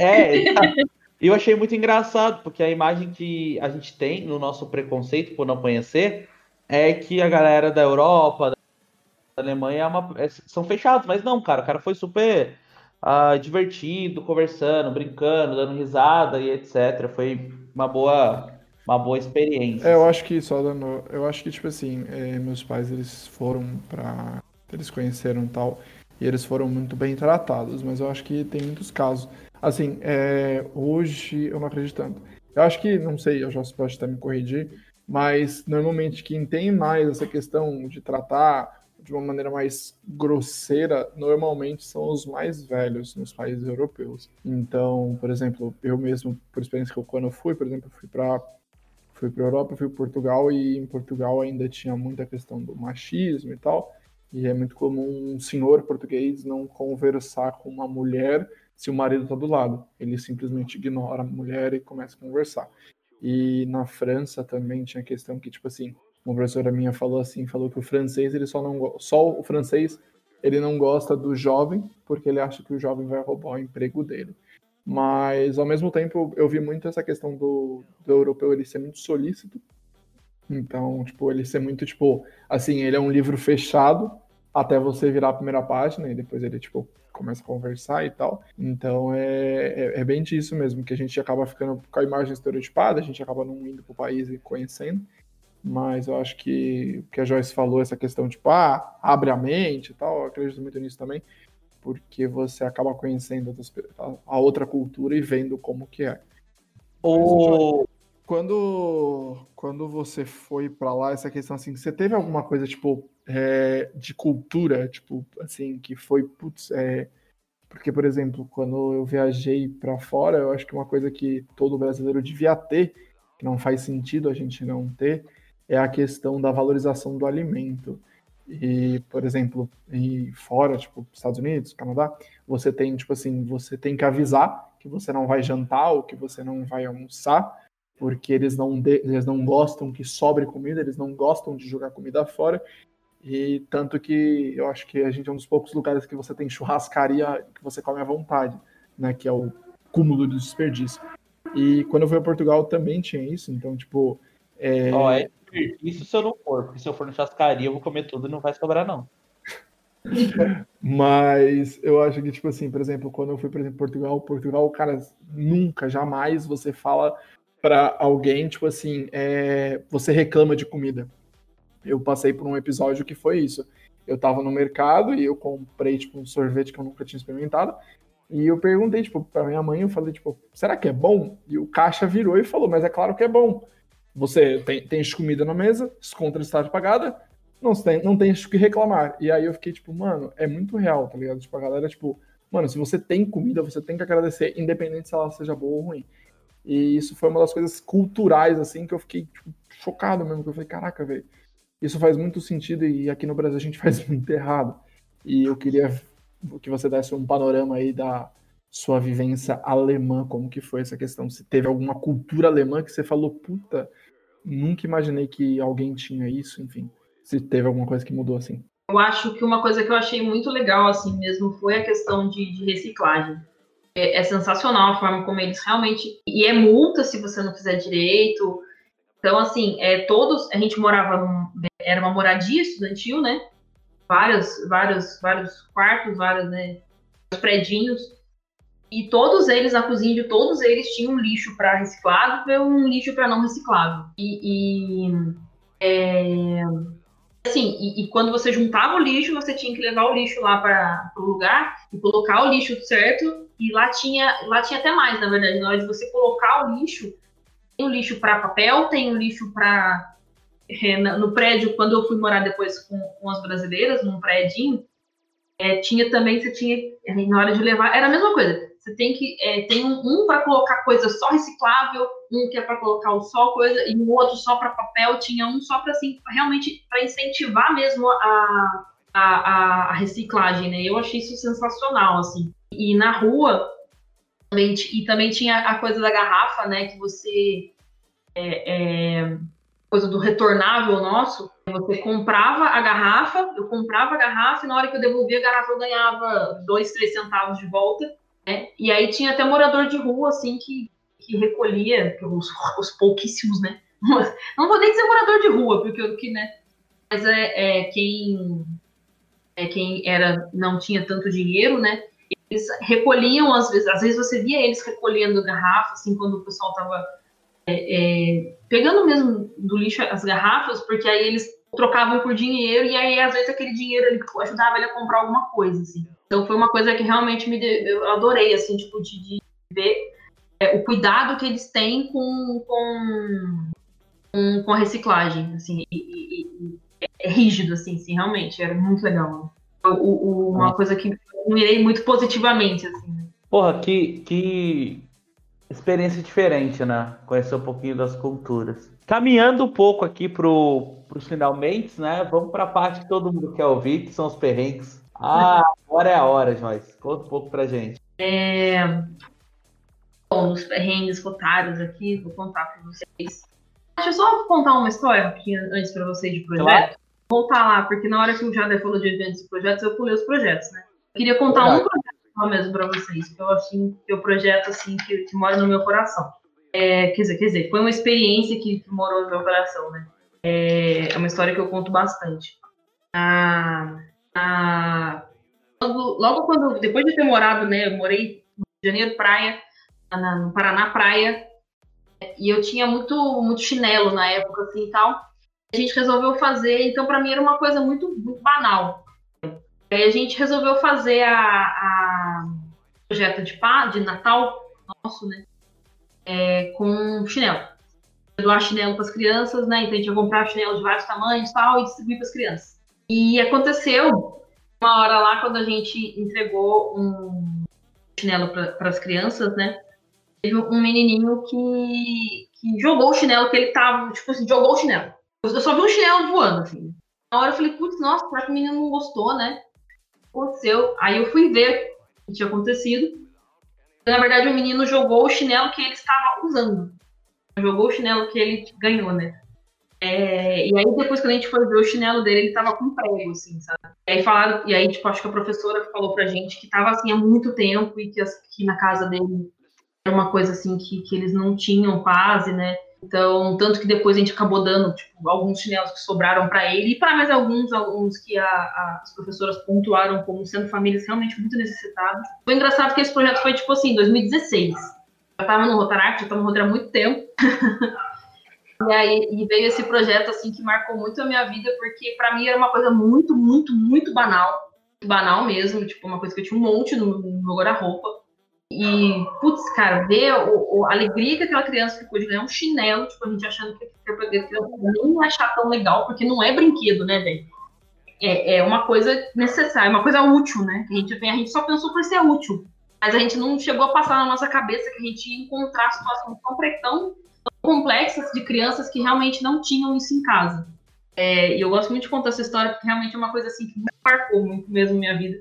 E eu achei muito engraçado, porque a imagem que a gente tem no nosso preconceito por não conhecer é que a galera da Europa, da Alemanha, são fechados. Mas não, cara, o cara foi super divertido, conversando, brincando, dando risada e etc. Foi uma boa experiência. Eu acho que só dando. Eu acho que, tipo assim, meus pais eles foram pra. Eles conheceram tal. E eles foram muito bem tratados, mas eu acho que tem muitos casos. Assim, hoje eu não acredito tanto. Eu acho que, não sei, eu já pode até me corrigir, mas normalmente quem tem mais essa questão de tratar de uma maneira mais grosseira, normalmente são os mais velhos nos países europeus. Então, por exemplo, eu mesmo, por experiência que quando eu fui, por exemplo, fui para Europa, fui para Portugal, e em Portugal ainda tinha muita questão do machismo e tal, e é muito comum um senhor português não conversar com uma mulher se o marido está do lado. Ele simplesmente ignora a mulher e começa a conversar. E na França também tinha questão que, tipo assim, uma professora minha falou que o francês, ele só o francês, ele não gosta do jovem, porque ele acha que o jovem vai roubar o emprego dele. Mas, ao mesmo tempo, eu vi muito essa questão do europeu ele ser muito solícito. Então, tipo, ele ser muito, tipo, assim, ele é um livro fechado até você virar a primeira página e depois ele, tipo, começa a conversar e tal. Então, é bem disso mesmo, que a gente acaba ficando com a imagem estereotipada, a gente acaba não indo pro país e conhecendo. Mas eu acho que o que a Joyce falou, essa questão, tipo, abre a mente e tal, eu acredito muito nisso também, porque você acaba conhecendo a outra cultura e vendo como que é. Quando você foi pra lá, essa questão assim, você teve alguma coisa, tipo, de cultura, tipo, assim, que foi, porque, por exemplo, quando eu viajei pra fora, eu acho que uma coisa que todo brasileiro devia ter, que não faz sentido a gente não ter, é a questão da valorização do alimento. E, por exemplo, fora, tipo, Estados Unidos, Canadá, você tem, tipo assim, você tem que avisar que você não vai jantar ou que você não vai almoçar, porque eles não gostam que sobre comida, eles não gostam de jogar comida fora. E tanto que eu acho que a gente é um dos poucos lugares que você tem churrascaria que você come à vontade, né? Que é o cúmulo do desperdício. E quando eu fui a Portugal também tinha isso, então, tipo... Isso se eu não for, porque se eu for no churrascaria eu vou comer tudo e não vai sobrar, não. Mas eu acho que, tipo assim, por exemplo, quando eu fui, por exemplo, Portugal, cara, nunca, jamais você fala pra alguém, tipo assim, você reclama de comida. Eu passei por um episódio que foi isso. Eu tava no mercado e eu comprei, tipo, um sorvete que eu nunca tinha experimentado. E eu perguntei, tipo, pra minha mãe, eu falei, tipo, será que é bom? E o caixa virou e falou, mas é claro que é bom. Você tem comida na mesa, conta está pagada, não tem o que reclamar. E aí eu fiquei, tipo, mano, é muito real, tá ligado? Tipo, a galera, tipo, mano, se você tem comida, você tem que agradecer, independente se ela seja boa ou ruim. E isso foi uma das coisas culturais, assim, que eu fiquei, tipo, chocado mesmo, que eu falei, caraca, velho, isso faz muito sentido e aqui no Brasil a gente faz muito errado. E eu queria que você desse um panorama aí da sua vivência alemã, como que foi essa questão, se teve alguma cultura alemã que você falou, puta, nunca imaginei que alguém tinha isso, enfim, se teve alguma coisa que mudou assim. Eu acho que uma coisa que eu achei muito legal, assim mesmo, foi a questão de reciclagem. É sensacional a forma como eles realmente... E é multa se você não fizer direito. Então, assim, a gente morava... Era uma moradia estudantil, né? Vários quartos, vários predinhos. E todos eles, na cozinha de todos eles, tinham um lixo para reciclável e um lixo para não reciclável. E quando você juntava o lixo, você tinha que levar o lixo lá para o lugar e colocar o lixo certo. E lá tinha até mais, na verdade. Na hora de você colocar o lixo, tem o lixo para papel, tem o lixo para... no prédio, quando eu fui morar depois com as brasileiras, num prédinho, tinha também, você tinha, na hora de levar, era a mesma coisa. Você tem que tem um para colocar coisa só reciclável, um que é para colocar só coisa e o outro só para papel. Tinha um só para assim realmente para incentivar mesmo a reciclagem, né? Eu achei isso sensacional, assim. E na rua também tinha a coisa da garrafa, né? Que você coisa do retornável nosso. Você comprava a garrafa, eu comprava a garrafa e na hora que eu devolvia a garrafa eu ganhava 2, 3 centavos de volta, né? E aí tinha até morador de rua, assim, que recolhia, os pouquíssimos, né? Não vou nem dizer morador de rua, porque né? Mas quem não tinha tanto dinheiro, né? Eles recolhiam, às vezes você via eles recolhendo garrafa, assim, quando o pessoal tava pegando mesmo do lixo as garrafas, porque aí eles trocavam por dinheiro e aí às vezes aquele dinheiro ele ajudava ele a comprar alguma coisa, assim. Então foi uma coisa que realmente eu adorei, assim, tipo, de ver o cuidado que eles têm com a reciclagem, assim, é rígido, assim, realmente, era muito legal. Uma coisa que eu mirei muito positivamente, assim. Né? Porra, que experiência diferente, né? Conhecer um pouquinho das culturas. Caminhando um pouco aqui pros finalmente, né? Vamos para a parte que todo mundo quer ouvir, que são os perrengues. Agora é a hora, Joyce. Conta um pouco pra gente. Bom, os perrengues rotários aqui, vou contar para vocês. Deixa eu só contar uma história aqui antes para vocês de projeto. Claro. Voltar lá, porque na hora que o Jader falou de eventos e projetos, eu pulei os projetos, né? Eu queria contar um projeto só mesmo para vocês, que eu assim, que é o projeto assim que mora no meu coração. Quer dizer, foi uma experiência que morou no meu coração, né? É uma história que eu conto bastante. Logo quando, depois de ter morado, né? Eu morei no Rio de Janeiro, praia, no Paraná, praia, e eu tinha muito chinelo na época, assim, e tal. A gente resolveu fazer, então para mim era uma coisa muito, muito banal. Aí a gente resolveu fazer a projeto de Natal nosso, né? Com chinelo. Doar chinelo para as crianças, né? Então a gente ia comprar chinelo de vários tamanhos tal, e distribuir para as crianças. E aconteceu uma hora lá, quando a gente entregou um chinelo para as crianças, né? Teve um menininho que jogou o chinelo que ele tava, tipo assim, jogou o chinelo. Eu só vi um chinelo voando, assim. Na hora eu falei, putz, nossa, será que o menino não gostou, né? Aconteceu. Aí eu fui ver o que tinha acontecido. Na verdade, o menino jogou o chinelo que ele estava usando. Jogou o chinelo que ele ganhou, né? E aí, depois que a gente foi ver o chinelo dele, ele tava com prego, assim, sabe? E aí, tipo, acho que a professora falou pra gente que tava, assim, há muito tempo e que na casa dele era uma coisa, assim, que eles não tinham quase, né? Então, tanto que depois a gente acabou dando, tipo, alguns chinelos que sobraram pra ele e para mais alguns que as professoras pontuaram como sendo famílias realmente muito necessitadas. Foi engraçado que esse projeto foi, tipo assim, em 2016. Eu tava no Rotaract, eu tava no Rotaract há muito tempo. E veio esse projeto, assim, que marcou muito a minha vida, porque pra mim era uma coisa muito, muito, muito banal. Banal mesmo, tipo, uma coisa que eu tinha um monte no meu guarda-roupa. E, putz, cara, ver a alegria que aquela criança ficou de ganhar um chinelo, tipo, a gente achando que a criança nem achar tão legal, porque não é brinquedo, né, velho? É uma coisa necessária, uma coisa útil, né? A gente só pensou por ser útil. Mas a gente não chegou a passar na nossa cabeça que a gente ia encontrar situações tão complexas de crianças que realmente não tinham isso em casa. E eu gosto muito de contar essa história, porque realmente é uma coisa assim que me marcou muito mesmo minha vida.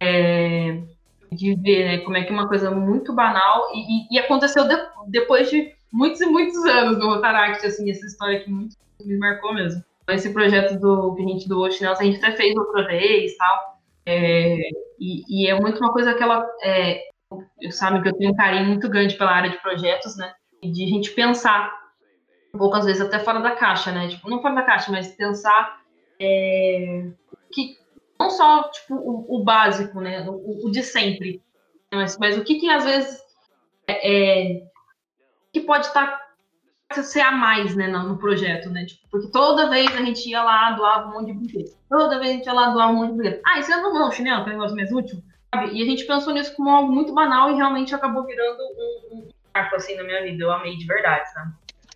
De ver, né, como é que uma coisa muito banal e aconteceu depois de muitos e muitos anos no Rotaract, assim, essa história que muito me marcou mesmo. Esse projeto que a gente doou chinelos, a gente até fez outra vez e tal. E é muito uma coisa que eu sabe que eu tenho um carinho muito grande pela área de projetos, né? E de a gente pensar um pouco, às vezes, até fora da caixa, né? Tipo, não fora da caixa, mas pensar que não só, tipo, o básico, né? O de sempre. Mas o que às vezes, que pode ser a mais, né, no projeto, né? Tipo, porque toda vez a gente ia lá, doava um monte de brinquedo. Toda vez a gente ia lá, doava um monte de brinquedo. Isso é não, chinelo, que é um negócio mais útil. Sabe? E a gente pensou nisso como algo muito banal e realmente acabou virando um marco, assim, na minha vida. Eu amei de verdade, sabe?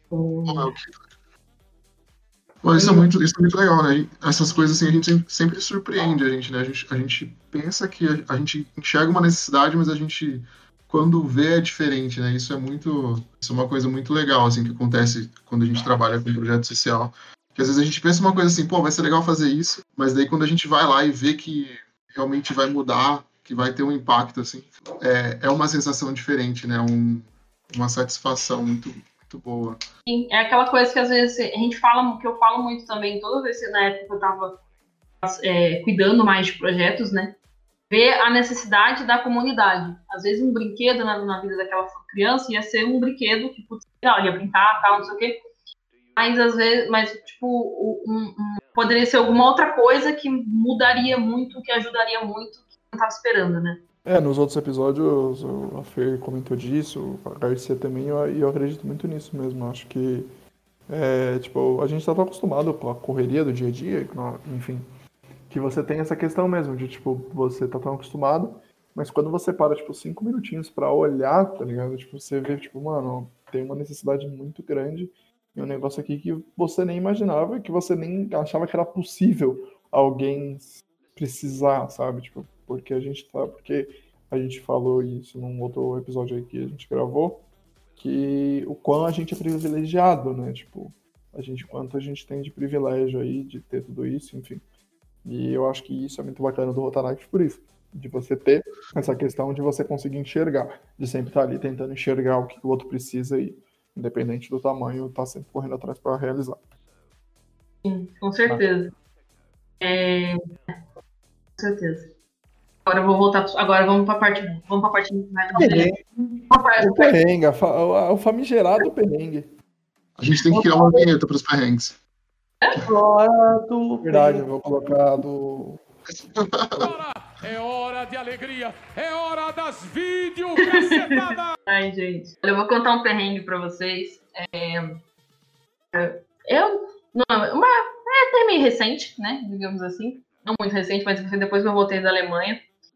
Isso é muito legal, né? Essas coisas assim, a gente sempre surpreende a gente, né? A gente pensa que a gente enxerga uma necessidade, mas a gente quando vê é diferente, né? Isso é uma coisa muito legal, assim, que acontece quando a gente trabalha com projeto social. Que às vezes a gente pensa uma coisa assim, pô, vai ser legal fazer isso, mas daí quando a gente vai lá e vê que realmente vai mudar, que vai ter um impacto, assim, é uma sensação diferente, né? Uma satisfação muito boa. Sim, é aquela coisa que às vezes a gente fala, que eu falo muito também, toda vez na época que eu tava cuidando mais de projetos, né? Ver a necessidade da comunidade. Às vezes um brinquedo na vida daquela criança ia ser um brinquedo que ia brincar, tal, não sei o quê. Mas às vezes, tipo, poderia ser alguma outra coisa que mudaria muito, que ajudaria muito, que não estava esperando, né? Nos outros episódios a Fer comentou disso, a Garcia também, e eu acredito muito nisso mesmo. Acho que tipo, a gente tá tão acostumado com a correria do dia a dia, enfim, que você tem essa questão mesmo de, tipo, você tá tão acostumado, mas quando você para, tipo, 5 minutinhos pra olhar, tá ligado? Tipo, você vê, tipo, mano, tem uma necessidade muito grande e um negócio aqui que você nem imaginava, que você nem achava que era possível alguém precisar, sabe? Tipo, porque a gente falou isso num outro episódio aí que a gente gravou, que o quão a gente é privilegiado, né? Tipo, quanto a gente tem de privilégio aí, de ter tudo isso, enfim. E eu acho que isso é muito bacana do Rotaract por isso. De você ter essa questão de você conseguir enxergar. De sempre estar ali tentando enxergar o que o outro precisa e, independente do tamanho, tá sempre correndo atrás para realizar. Sim, com certeza. Com certeza. Agora eu vou voltar. Agora vamos para a parte mais o perrengue, o famigerado perrengue. A gente tem que criar uma vinheta para os perrengues. Verdade, eu vou colocar do. É hora de alegria, é hora das videocacetadas! Ai, gente, eu vou contar um perrengue pra vocês. É meio recente, né? Digamos assim. Não muito recente, mas depois que eu voltei da Alemanha.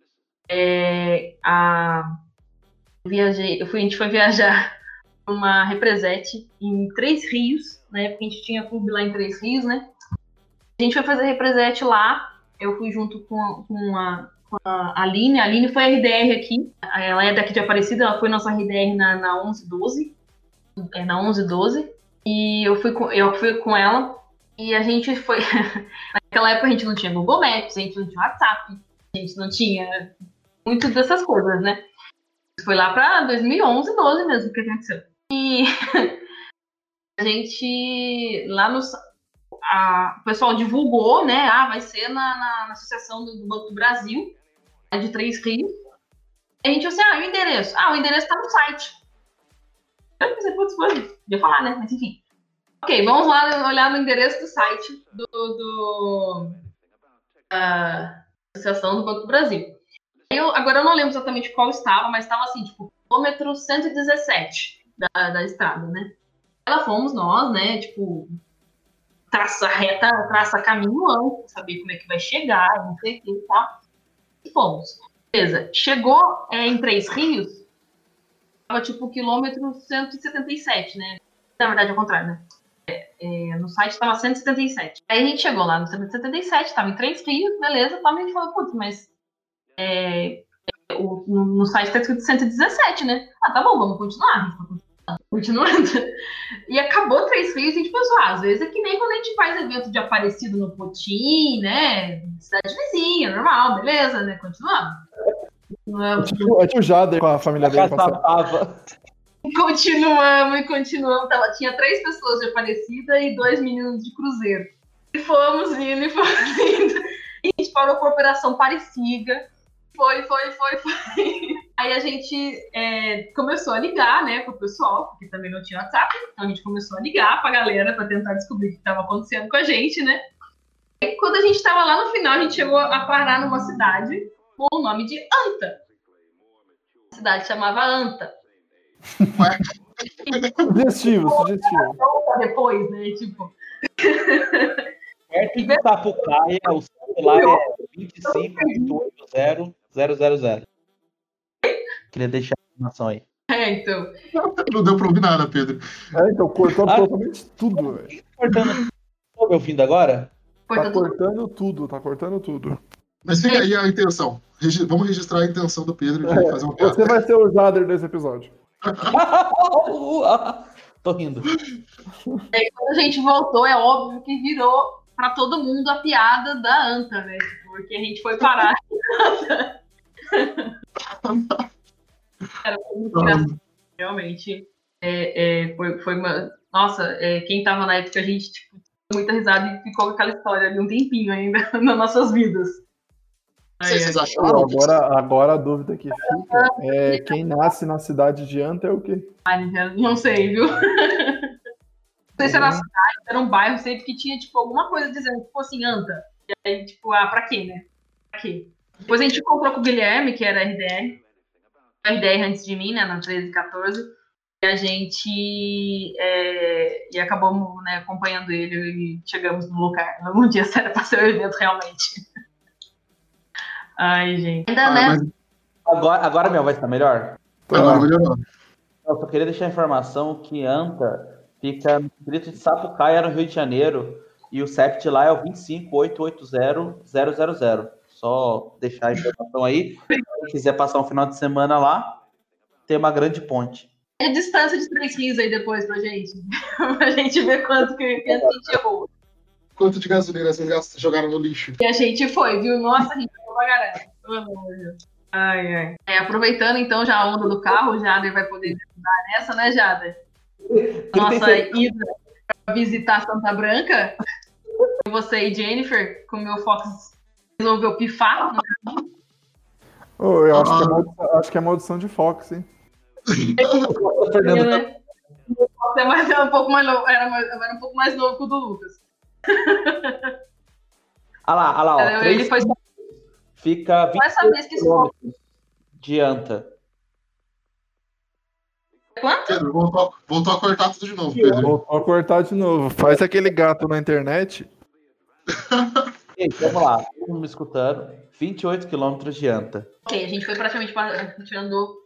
A gente foi viajar uma represete em Três Rios, né? Porque a gente tinha clube lá em Três Rios, né? A gente foi fazer represete lá. Eu fui junto com a Aline. A Aline foi a RDR aqui. Ela é daqui de Aparecida. Ela foi nossa RDR na 1112. Na 1112. E eu fui com ela. E a gente foi... Naquela época a gente não tinha Google Maps, a gente não tinha WhatsApp, a gente não tinha muito dessas coisas, né? Foi lá pra 2011, 12 mesmo que aconteceu. E a gente lá o pessoal divulgou, né? Vai ser na Associação do Banco do Brasil, de Três Rios. E a gente falou assim, o endereço? O endereço tá no site. Eu pensei, putz, podia falar, né? Mas enfim. Ok, vamos lá olhar no endereço do site da Associação do Banco do Brasil. Agora eu não lembro exatamente qual estava, mas estava assim, tipo, quilômetro 117 da estrada, né? Ela fomos nós, né, tipo, traça caminho antes, saber como é que vai chegar, não sei o que e tal. E fomos. Beleza. Chegou em Três Rios, estava tipo quilômetro 177, né? Na verdade, ao contrário, né? No site estava 177. Aí a gente chegou lá no 177, estava em Três Rios, beleza, a gente falou, putz, mas no site está escrito 117, né? Tá bom, vamos continuar. Continuando. E acabou Três Rios e a gente pensou, às vezes é que nem quando a gente faz evento de Aparecido no Potim, né? Cidade vizinha, normal, beleza, né? Continuamos. O Jader com a família dele passava. Continuamos. Tinha 3 pessoas de Aparecida e 2 meninos de Cruzeiro. E fomos indo. E a gente parou com a Operação Parecida. Foi. Aí a gente começou a ligar, né, pro pessoal, porque também não tinha WhatsApp. Então a gente começou a ligar pra galera pra tentar descobrir o que estava acontecendo com a gente, né. E quando a gente tava lá no final, a gente chegou a parar numa cidade com o nome de Anta. A cidade chamava Anta. Sugestivo. Depois, né, tipo... Perto de Sapucaia, o celular é 25.880.000. Queria deixar a informação aí. Então. Não deu pra ouvir nada, Pedro. Então, cortou absolutamente tudo, velho. Tá me ouvindo agora? Tá cortando tudo. Mas fica aí a intenção. Vamos registrar a intenção do Pedro de fazer um piada. Você vai ser o Jader desse episódio. Tô rindo. Quando a gente voltou, é óbvio que virou pra todo mundo a piada da Anta, né? Porque a gente foi parar. Era muito engraçado. Realmente. Foi uma... Nossa, quem tava na época, a gente deu muita risada e ficou com aquela história ali um tempinho ainda nas nossas vidas. Vocês acharam? Agora a dúvida que fica é quem nasce na cidade de Anta é o quê? Não sei, viu? Não sei se era uma cidade, era um bairro, sempre que tinha, alguma coisa dizendo, assim, Anta. E aí, pra quê, né? Pra quê? Depois a gente comprou com o Guilherme, que era RDR. RDR antes de mim, né, na 13 e 14. E a gente e acabamos, né, acompanhando ele e chegamos no lugar. Um dia sério pra ser o evento, realmente. Ai, gente. Ainda, né? Agora meu, vai estar melhor? Agora melhorou. Eu só queria deixar a informação que Anta fica no distrito de Sapucaia, no Rio de Janeiro, e o CEP de lá é o 25880-000. Só deixar a informação aí. Se quiser passar um final de semana lá, tem uma grande ponte. É distância de 3 rios aí depois pra gente. Pra gente ver quanto que a gente errou. Quanto de gasolina vocês jogaram no lixo? E a gente foi, viu? Nossa, a gente foi pra caramba. Ai. Aproveitando então já a onda do carro, o Jader vai poder ajudar nessa, né, Jader? Nossa ida pra visitar Santa Branca. Você e Jennifer, com o meu Fox resolveu pifar no caminho. Eu acho que é maldição de Fox, hein? Era um pouco mais novo, era um pouco mais novo que o do Lucas. Olha lá, ó. Ele foi... Fica 20 km de Anta. Quanto? Pedro, voltou a cortar tudo de novo, Pedro. Voltou a cortar de novo. Faz aquele gato na internet. Gente, vamos lá. Todo mundo me escutando. 28 km de Anta. Ok, a gente foi praticamente a gente andou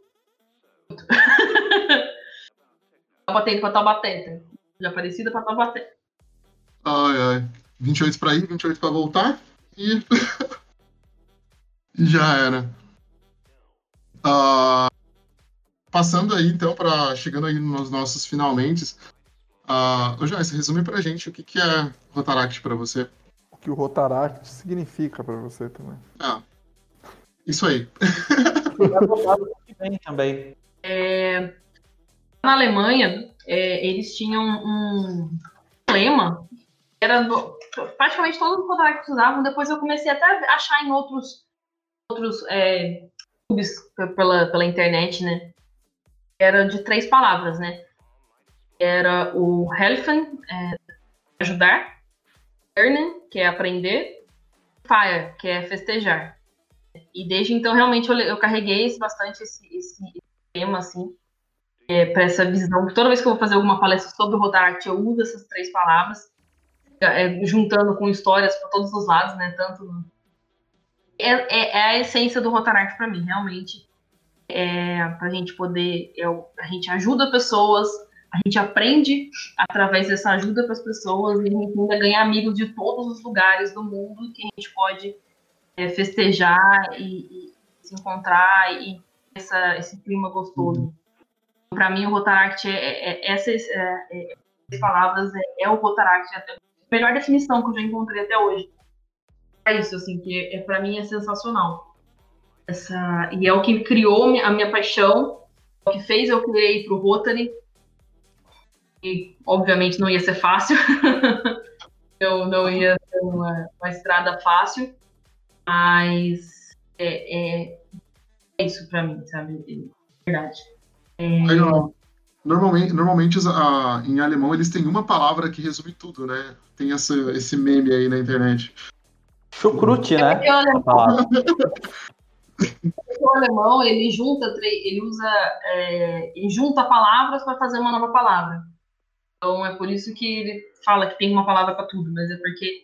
Taubaté pra Taubaté. De Aparecida pra Taubaté. Ai. 28 pra ir, 28 pra voltar. E já era. Passando aí, então, chegando aí nos nossos finalmente. Joyce, resume pra gente o que é Rotaract pra você. O que o Rotaract significa pra você também. Isso aí. Também. Na Alemanha, eles tinham um lema. Praticamente todos os Rotaracts usavam. Depois eu comecei até a achar em outros clubes pela internet, né? Era de 3 palavras, né? Era o helfen, ajudar, lernen, que é aprender, feier, que é festejar. E desde então, realmente, eu carreguei bastante esse tema, assim, para essa visão. Toda vez que eu vou fazer alguma palestra sobre o Rotaract, eu uso essas 3 palavras, juntando com histórias para todos os lados, né? Tanto é a essência do Rotaract para mim, realmente. Para a gente poder, a gente ajuda pessoas, a gente aprende através dessa ajuda para as pessoas, e a gente ainda ganha amigos de todos os lugares do mundo que a gente pode festejar e se encontrar e esse clima gostoso. Para mim, o Rotaract essas palavras o Rotaract, a melhor definição que eu já encontrei até hoje. É isso, assim, que para mim é sensacional. E é o que criou a minha paixão, o que fez eu querer ir pro Rotary. E, obviamente, não ia ser fácil. Eu não ia ter uma estrada fácil. Mas é isso pra mim, sabe? É verdade. Normalmente em alemão eles têm uma palavra que resume tudo, né? Tem esse meme aí na internet. Chucrute, né? O alemão, ele junta palavras para fazer uma nova palavra. Então é por isso que ele fala que tem uma palavra para tudo, mas é porque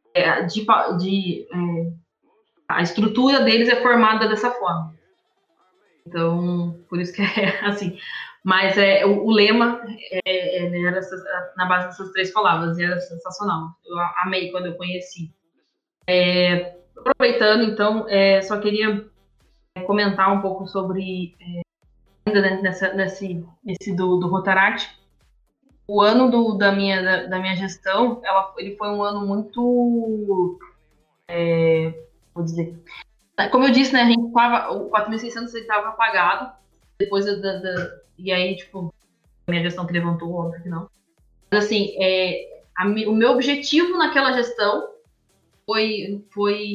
a estrutura deles é formada dessa forma. Então, por isso que é assim. Mas o lema era na base dessas 3 palavras, e era sensacional. Eu amei quando eu conheci. aproveitando, então, só queria comentar um pouco sobre, ainda nesse do Rotaract. O ano da minha gestão, ele foi um ano muito, vou dizer, como eu disse, né, o 4.600 estava apagado, depois e aí, tipo, a minha gestão que levantou, óbvio que não. Mas, assim, o meu objetivo naquela gestão foi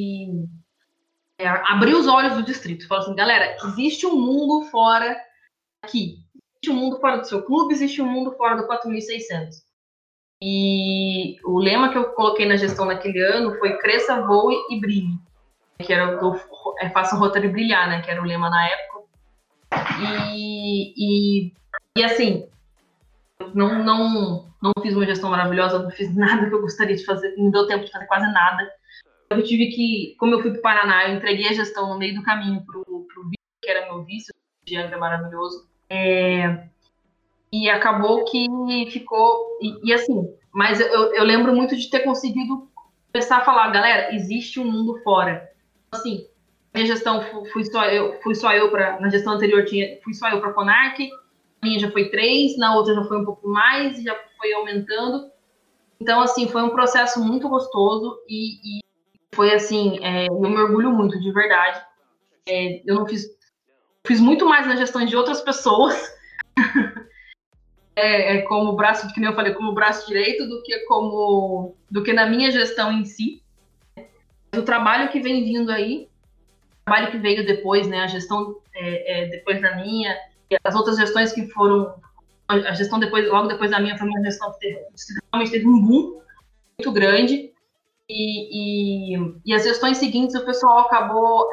abrir os olhos do distrito. Falar assim, galera, existe um mundo fora aqui. Existe um mundo fora do seu clube, existe um mundo fora do 4.600. E o lema que eu coloquei na gestão naquele ano foi cresça, voe e brilhe. Que era faça o Rotary brilhar, né? Que era o lema na época. E assim, eu não fiz uma gestão maravilhosa, não fiz nada que eu gostaria de fazer, não deu tempo de fazer quase nada. Eu tive que, como eu fui para o Paraná, eu entreguei a gestão no meio do caminho pro Vitor, que era meu vice, o Diandre é maravilhoso. E acabou que ficou... E assim, mas eu lembro muito de ter conseguido começar a falar, galera, existe um mundo fora. Assim, minha gestão fui só eu na gestão anterior fui só eu para a Conarc, a minha já foi 3, na outra já foi um pouco mais, já foi aumentando. Então, assim, foi um processo muito gostoso e foi assim, eu me orgulho muito, de verdade. Eu não fiz muito mais na gestão de outras pessoas, como braço, que nem eu falei, como braço direito, do que na minha gestão em si. O trabalho que vem vindo aí, o trabalho que veio depois, né, a gestão depois da minha, e as outras gestões que foram, a gestão logo depois da minha foi uma gestão que realmente teve um boom muito grande. E as gestões seguintes o pessoal acabou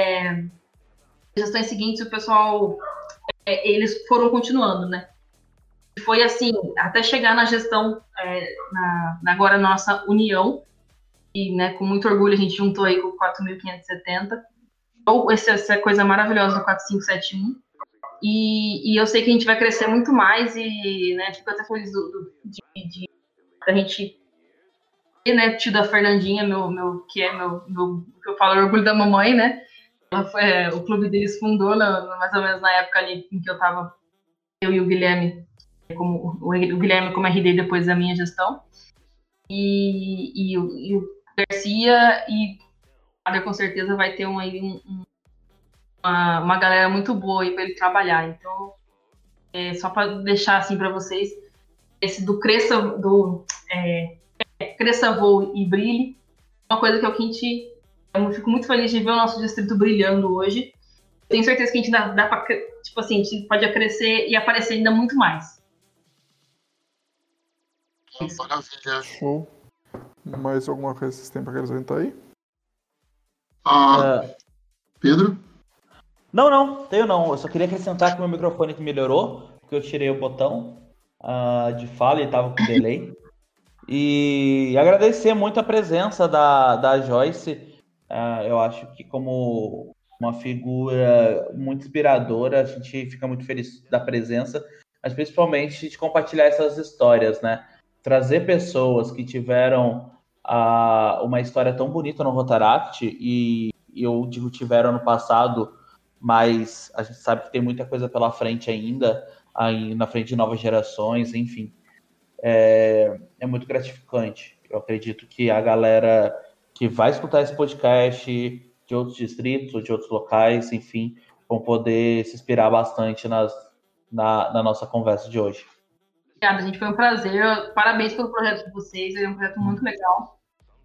eles foram continuando, né? Foi assim, até chegar na gestão agora nossa união, e, né, com muito orgulho a gente juntou aí com o 4.570, ou essa coisa maravilhosa do 4.571, e eu sei que a gente vai crescer muito mais, e, né, fico até feliz de a gente, né, tido a Fernandinha, que eu falo, orgulho da mamãe, né? O clube deles fundou mais ou menos na época ali em que eu tava, eu e o Guilherme, o Guilherme como RD depois da minha gestão, e o Garcia e o com certeza vai ter uma galera muito boa aí para ele trabalhar. Então, só para deixar assim para vocês, esse do cresça, voe e brilhe, uma coisa que eu fico muito feliz de ver o nosso distrito brilhando hoje. Tenho certeza que a gente dá para, tipo assim, a gente pode crescer e aparecer ainda muito mais. Maravilha. Show. Mais alguma coisa que vocês têm para acrescentar aí? Pedro? Não, tenho não. Eu só queria acrescentar que meu microfone que melhorou, porque eu tirei o botão de fala e estava com delay. E agradecer muito a presença da Joyce. Eu acho que como uma figura muito inspiradora, a gente fica muito feliz da presença, mas principalmente de compartilhar essas histórias, né? Trazer pessoas que tiveram uma história tão bonita no Rotaract, e eu digo tiveram no passado, mas a gente sabe que tem muita coisa pela frente ainda, aí na frente de novas gerações, enfim. É muito gratificante. Eu acredito que a galera que vai escutar esse podcast de outros distritos ou de outros locais, enfim, vão poder se inspirar bastante na nossa conversa de hoje. Obrigada, gente. Foi um prazer. Parabéns pelo projeto de vocês. É um projeto muito legal.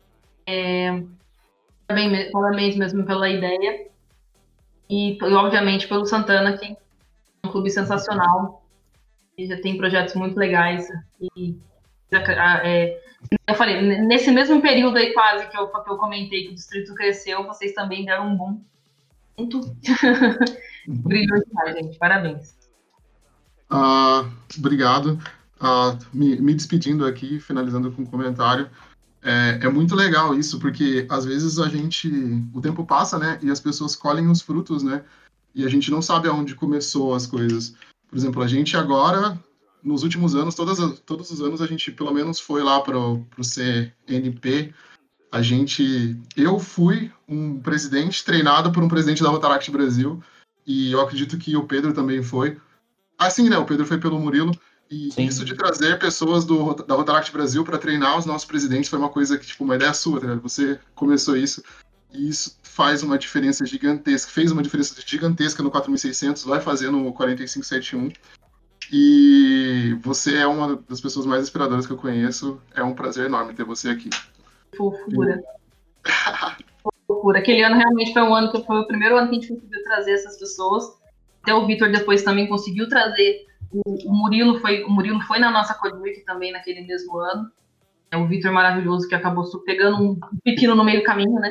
Parabéns mesmo pela ideia. E, obviamente, pelo Santana, que é um clube sensacional. E já tem projetos muito legais. E eu falei, nesse mesmo período aí quase que eu comentei que o distrito cresceu, vocês também deram um boom. Muito brilhou demais, gente. Parabéns. Obrigado. Me despedindo aqui, finalizando com um comentário. É muito legal isso, porque às vezes o tempo passa, né, e as pessoas colhem os frutos, né, e a gente não sabe aonde começou as coisas. Por exemplo, a gente agora, nos últimos anos, todos os anos, a gente pelo menos foi lá pro CNP Eu fui um presidente treinado por um presidente da Rotaract Brasil, e eu acredito que o Pedro também foi. Assim, né? O Pedro foi pelo Murilo. E Sim. Isso de trazer pessoas da Rotaract Brasil para treinar os nossos presidentes foi uma coisa que, tipo, uma ideia sua, tá? Você começou isso, e isso faz uma diferença gigantesca, fez uma diferença gigantesca no 4600, vai fazer no 4571. E você é uma das pessoas mais inspiradoras que eu conheço. É um prazer enorme ter você aqui. Fofura. Fofura. Aquele ano realmente foi um ano que foi o primeiro ano que a gente conseguiu trazer essas pessoas. Até o Vitor depois também conseguiu trazer. O Murilo foi na nossa Codeweek também naquele mesmo ano. É o Vitor maravilhoso que acabou pegando um pepino no meio do caminho, né?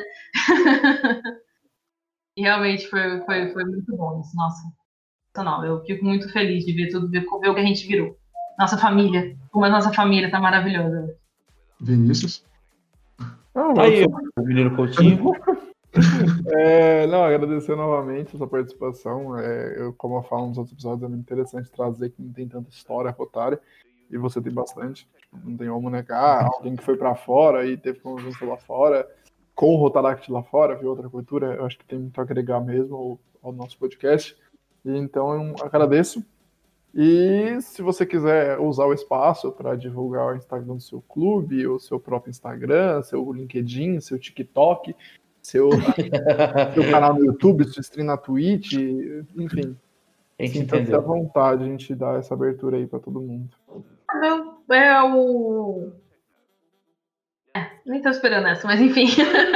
E realmente foi muito bom isso. Nossa, não, eu fico muito feliz de ver tudo, ver o que a gente virou. Nossa família, como a nossa família tá maravilhosa. Vinícius? Tá aí, o menino Coutinho. Não, agradecer novamente a sua participação. Como eu falo nos outros episódios, é muito interessante trazer que não tem tanta história rotária, e você tem bastante. Não tem como negar. Alguém que foi pra fora e teve convivência lá fora, com o Rotaract lá fora, viu outra cultura, eu acho que tem muito a agregar mesmo ao nosso podcast. E então eu agradeço. E se você quiser usar o espaço para divulgar o Instagram do seu clube, o seu próprio Instagram, seu LinkedIn, seu TikTok, seu canal no YouTube, seu stream na Twitch, enfim. Sinta-se à vontade, a gente dá essa abertura aí para todo mundo. Nem tô esperando essa, mas enfim.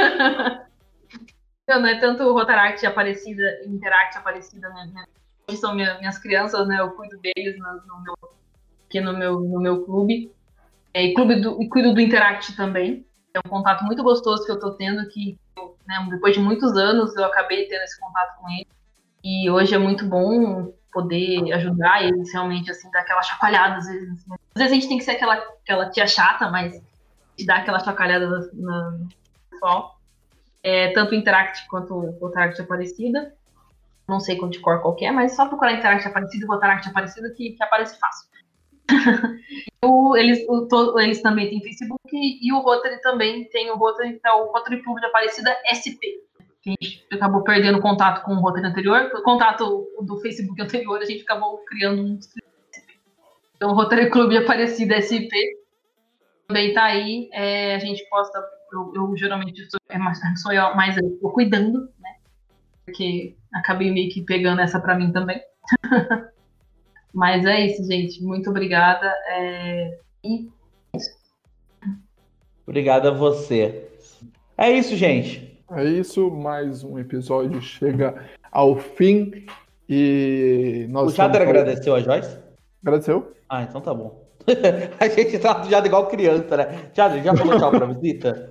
Não é tanto o Rotaract Aparecida, Interact Aparecida, né? São minhas crianças, né? Eu cuido deles aqui no meu clube. E cuido do Interact também. É um contato muito gostoso que eu tô tendo, que né, depois de muitos anos eu acabei tendo esse contato com eles. E hoje é muito bom poder ajudar eles realmente, assim, dar aquela chacoalhada às vezes. Às vezes a gente tem que ser aquela tia chata, mas dar aquela chacoalhada no pessoal. Tanto o Interact quanto o Rotaract Aparecida. Não sei de cor qual que é, mas só procurar Interact Aparecida e Rotaract Aparecida que aparece fácil. Eles também têm Facebook, e o Rotary também tem o Rotary, que é o Rotary Clube de Aparecida SP. A gente acabou perdendo contato com o Rotary anterior, o contato do Facebook anterior, a gente acabou criando um SP. Então o Rotary Clube de Aparecida SP também tá aí. A gente posta, eu geralmente sou eu mais cuidando, né? Porque acabei meio que pegando essa pra mim também. Mas é isso, gente. Muito obrigada. Obrigado a você. É isso, gente. É isso. Mais um episódio chega ao fim. E nós o Jader agradeceu a Joyce? Agradeceu. Ah, então tá bom. A gente tá já igual criança, né? Jader, já falou tchau pra visita?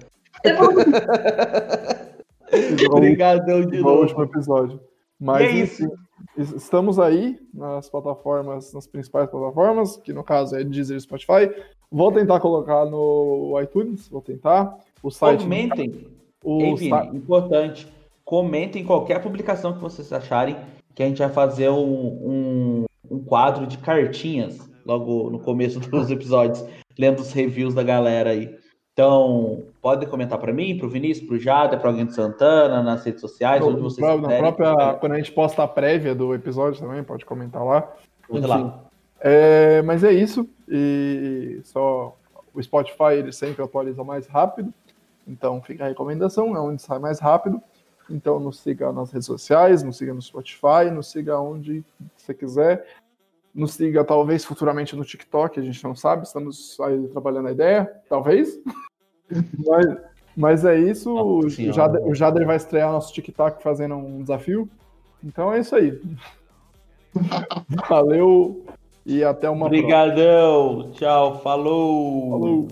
Obrigadão de novo. No último episódio. Mas é isso. Estamos aí nas plataformas, nas principais plataformas, que no caso é Deezer e Spotify. Vou tentar colocar no iTunes, vou tentar. O site. Comentem. Importante. Comentem qualquer publicação que vocês acharem, que a gente vai fazer um quadro de cartinhas logo no começo dos episódios, lendo os reviews da galera aí. Então, pode comentar para mim, para o Vinícius, para o Jader, para alguém de Santana, nas redes sociais, onde vocês quiserem. Quando a gente posta a prévia do episódio também, pode comentar lá. Enfim, lá. Mas é isso. E só o Spotify ele sempre atualiza mais rápido. Então fica a recomendação, é onde sai mais rápido. Então nos siga nas redes sociais, nos siga no Spotify, nos siga onde você quiser. Nos siga talvez futuramente no TikTok, a gente não sabe, estamos aí trabalhando a ideia, talvez. Mas é isso, o Jader vai estrear nosso TikTok fazendo um desafio. Então é isso aí. Valeu e até uma próxima. Obrigadão, tchau, falou. Falou.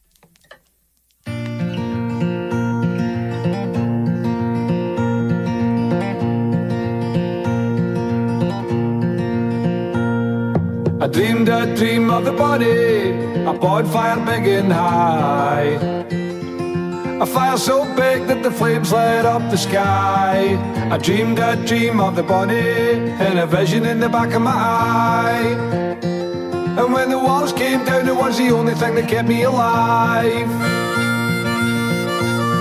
I dreamed a dream of the body, a bonfire big and high. A fire so big that the flames light up the sky. I dreamed a dream of the body, and a vision in the back of my eye. And when the walls came down, it was the only thing that kept me alive.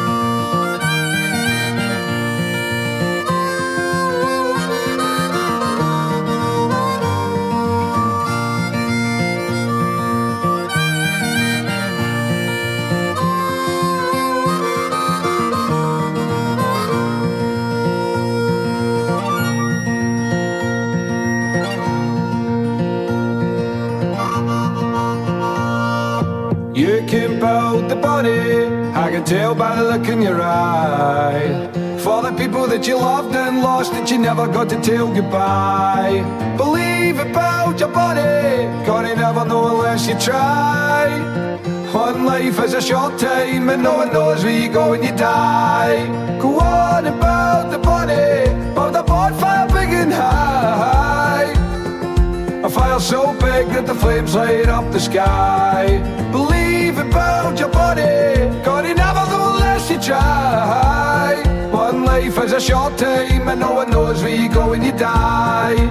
tell by the look in your eye. For the people that you loved and lost that you never got to tell goodbye. Believe about your body, God, you never know unless you try. One life is a short time and no one knows where you go when you die. Go on about the body, about the bonfire big and high. A fire so big that the flames light up the sky. Believe about your body, God, you never know unless you try. One life is a short time and no one knows where you go when you die.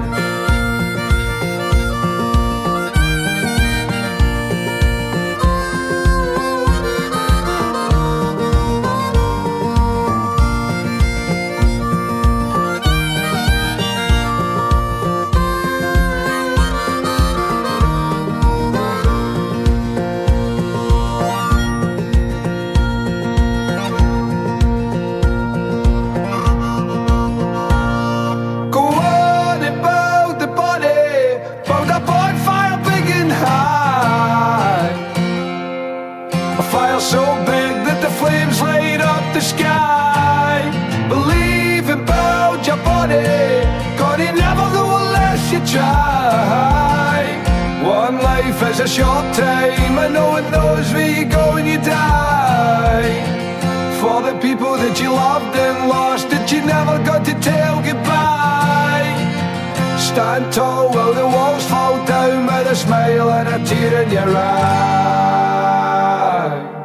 So big that the flames light up the sky. Believe about your body, God, you never know unless you try. One life is a short time and no one knows where you go when you die. For the people that you loved and lost that you never got to tell goodbye. Stand tall while the walls fall down with a smile and a tear in your eye.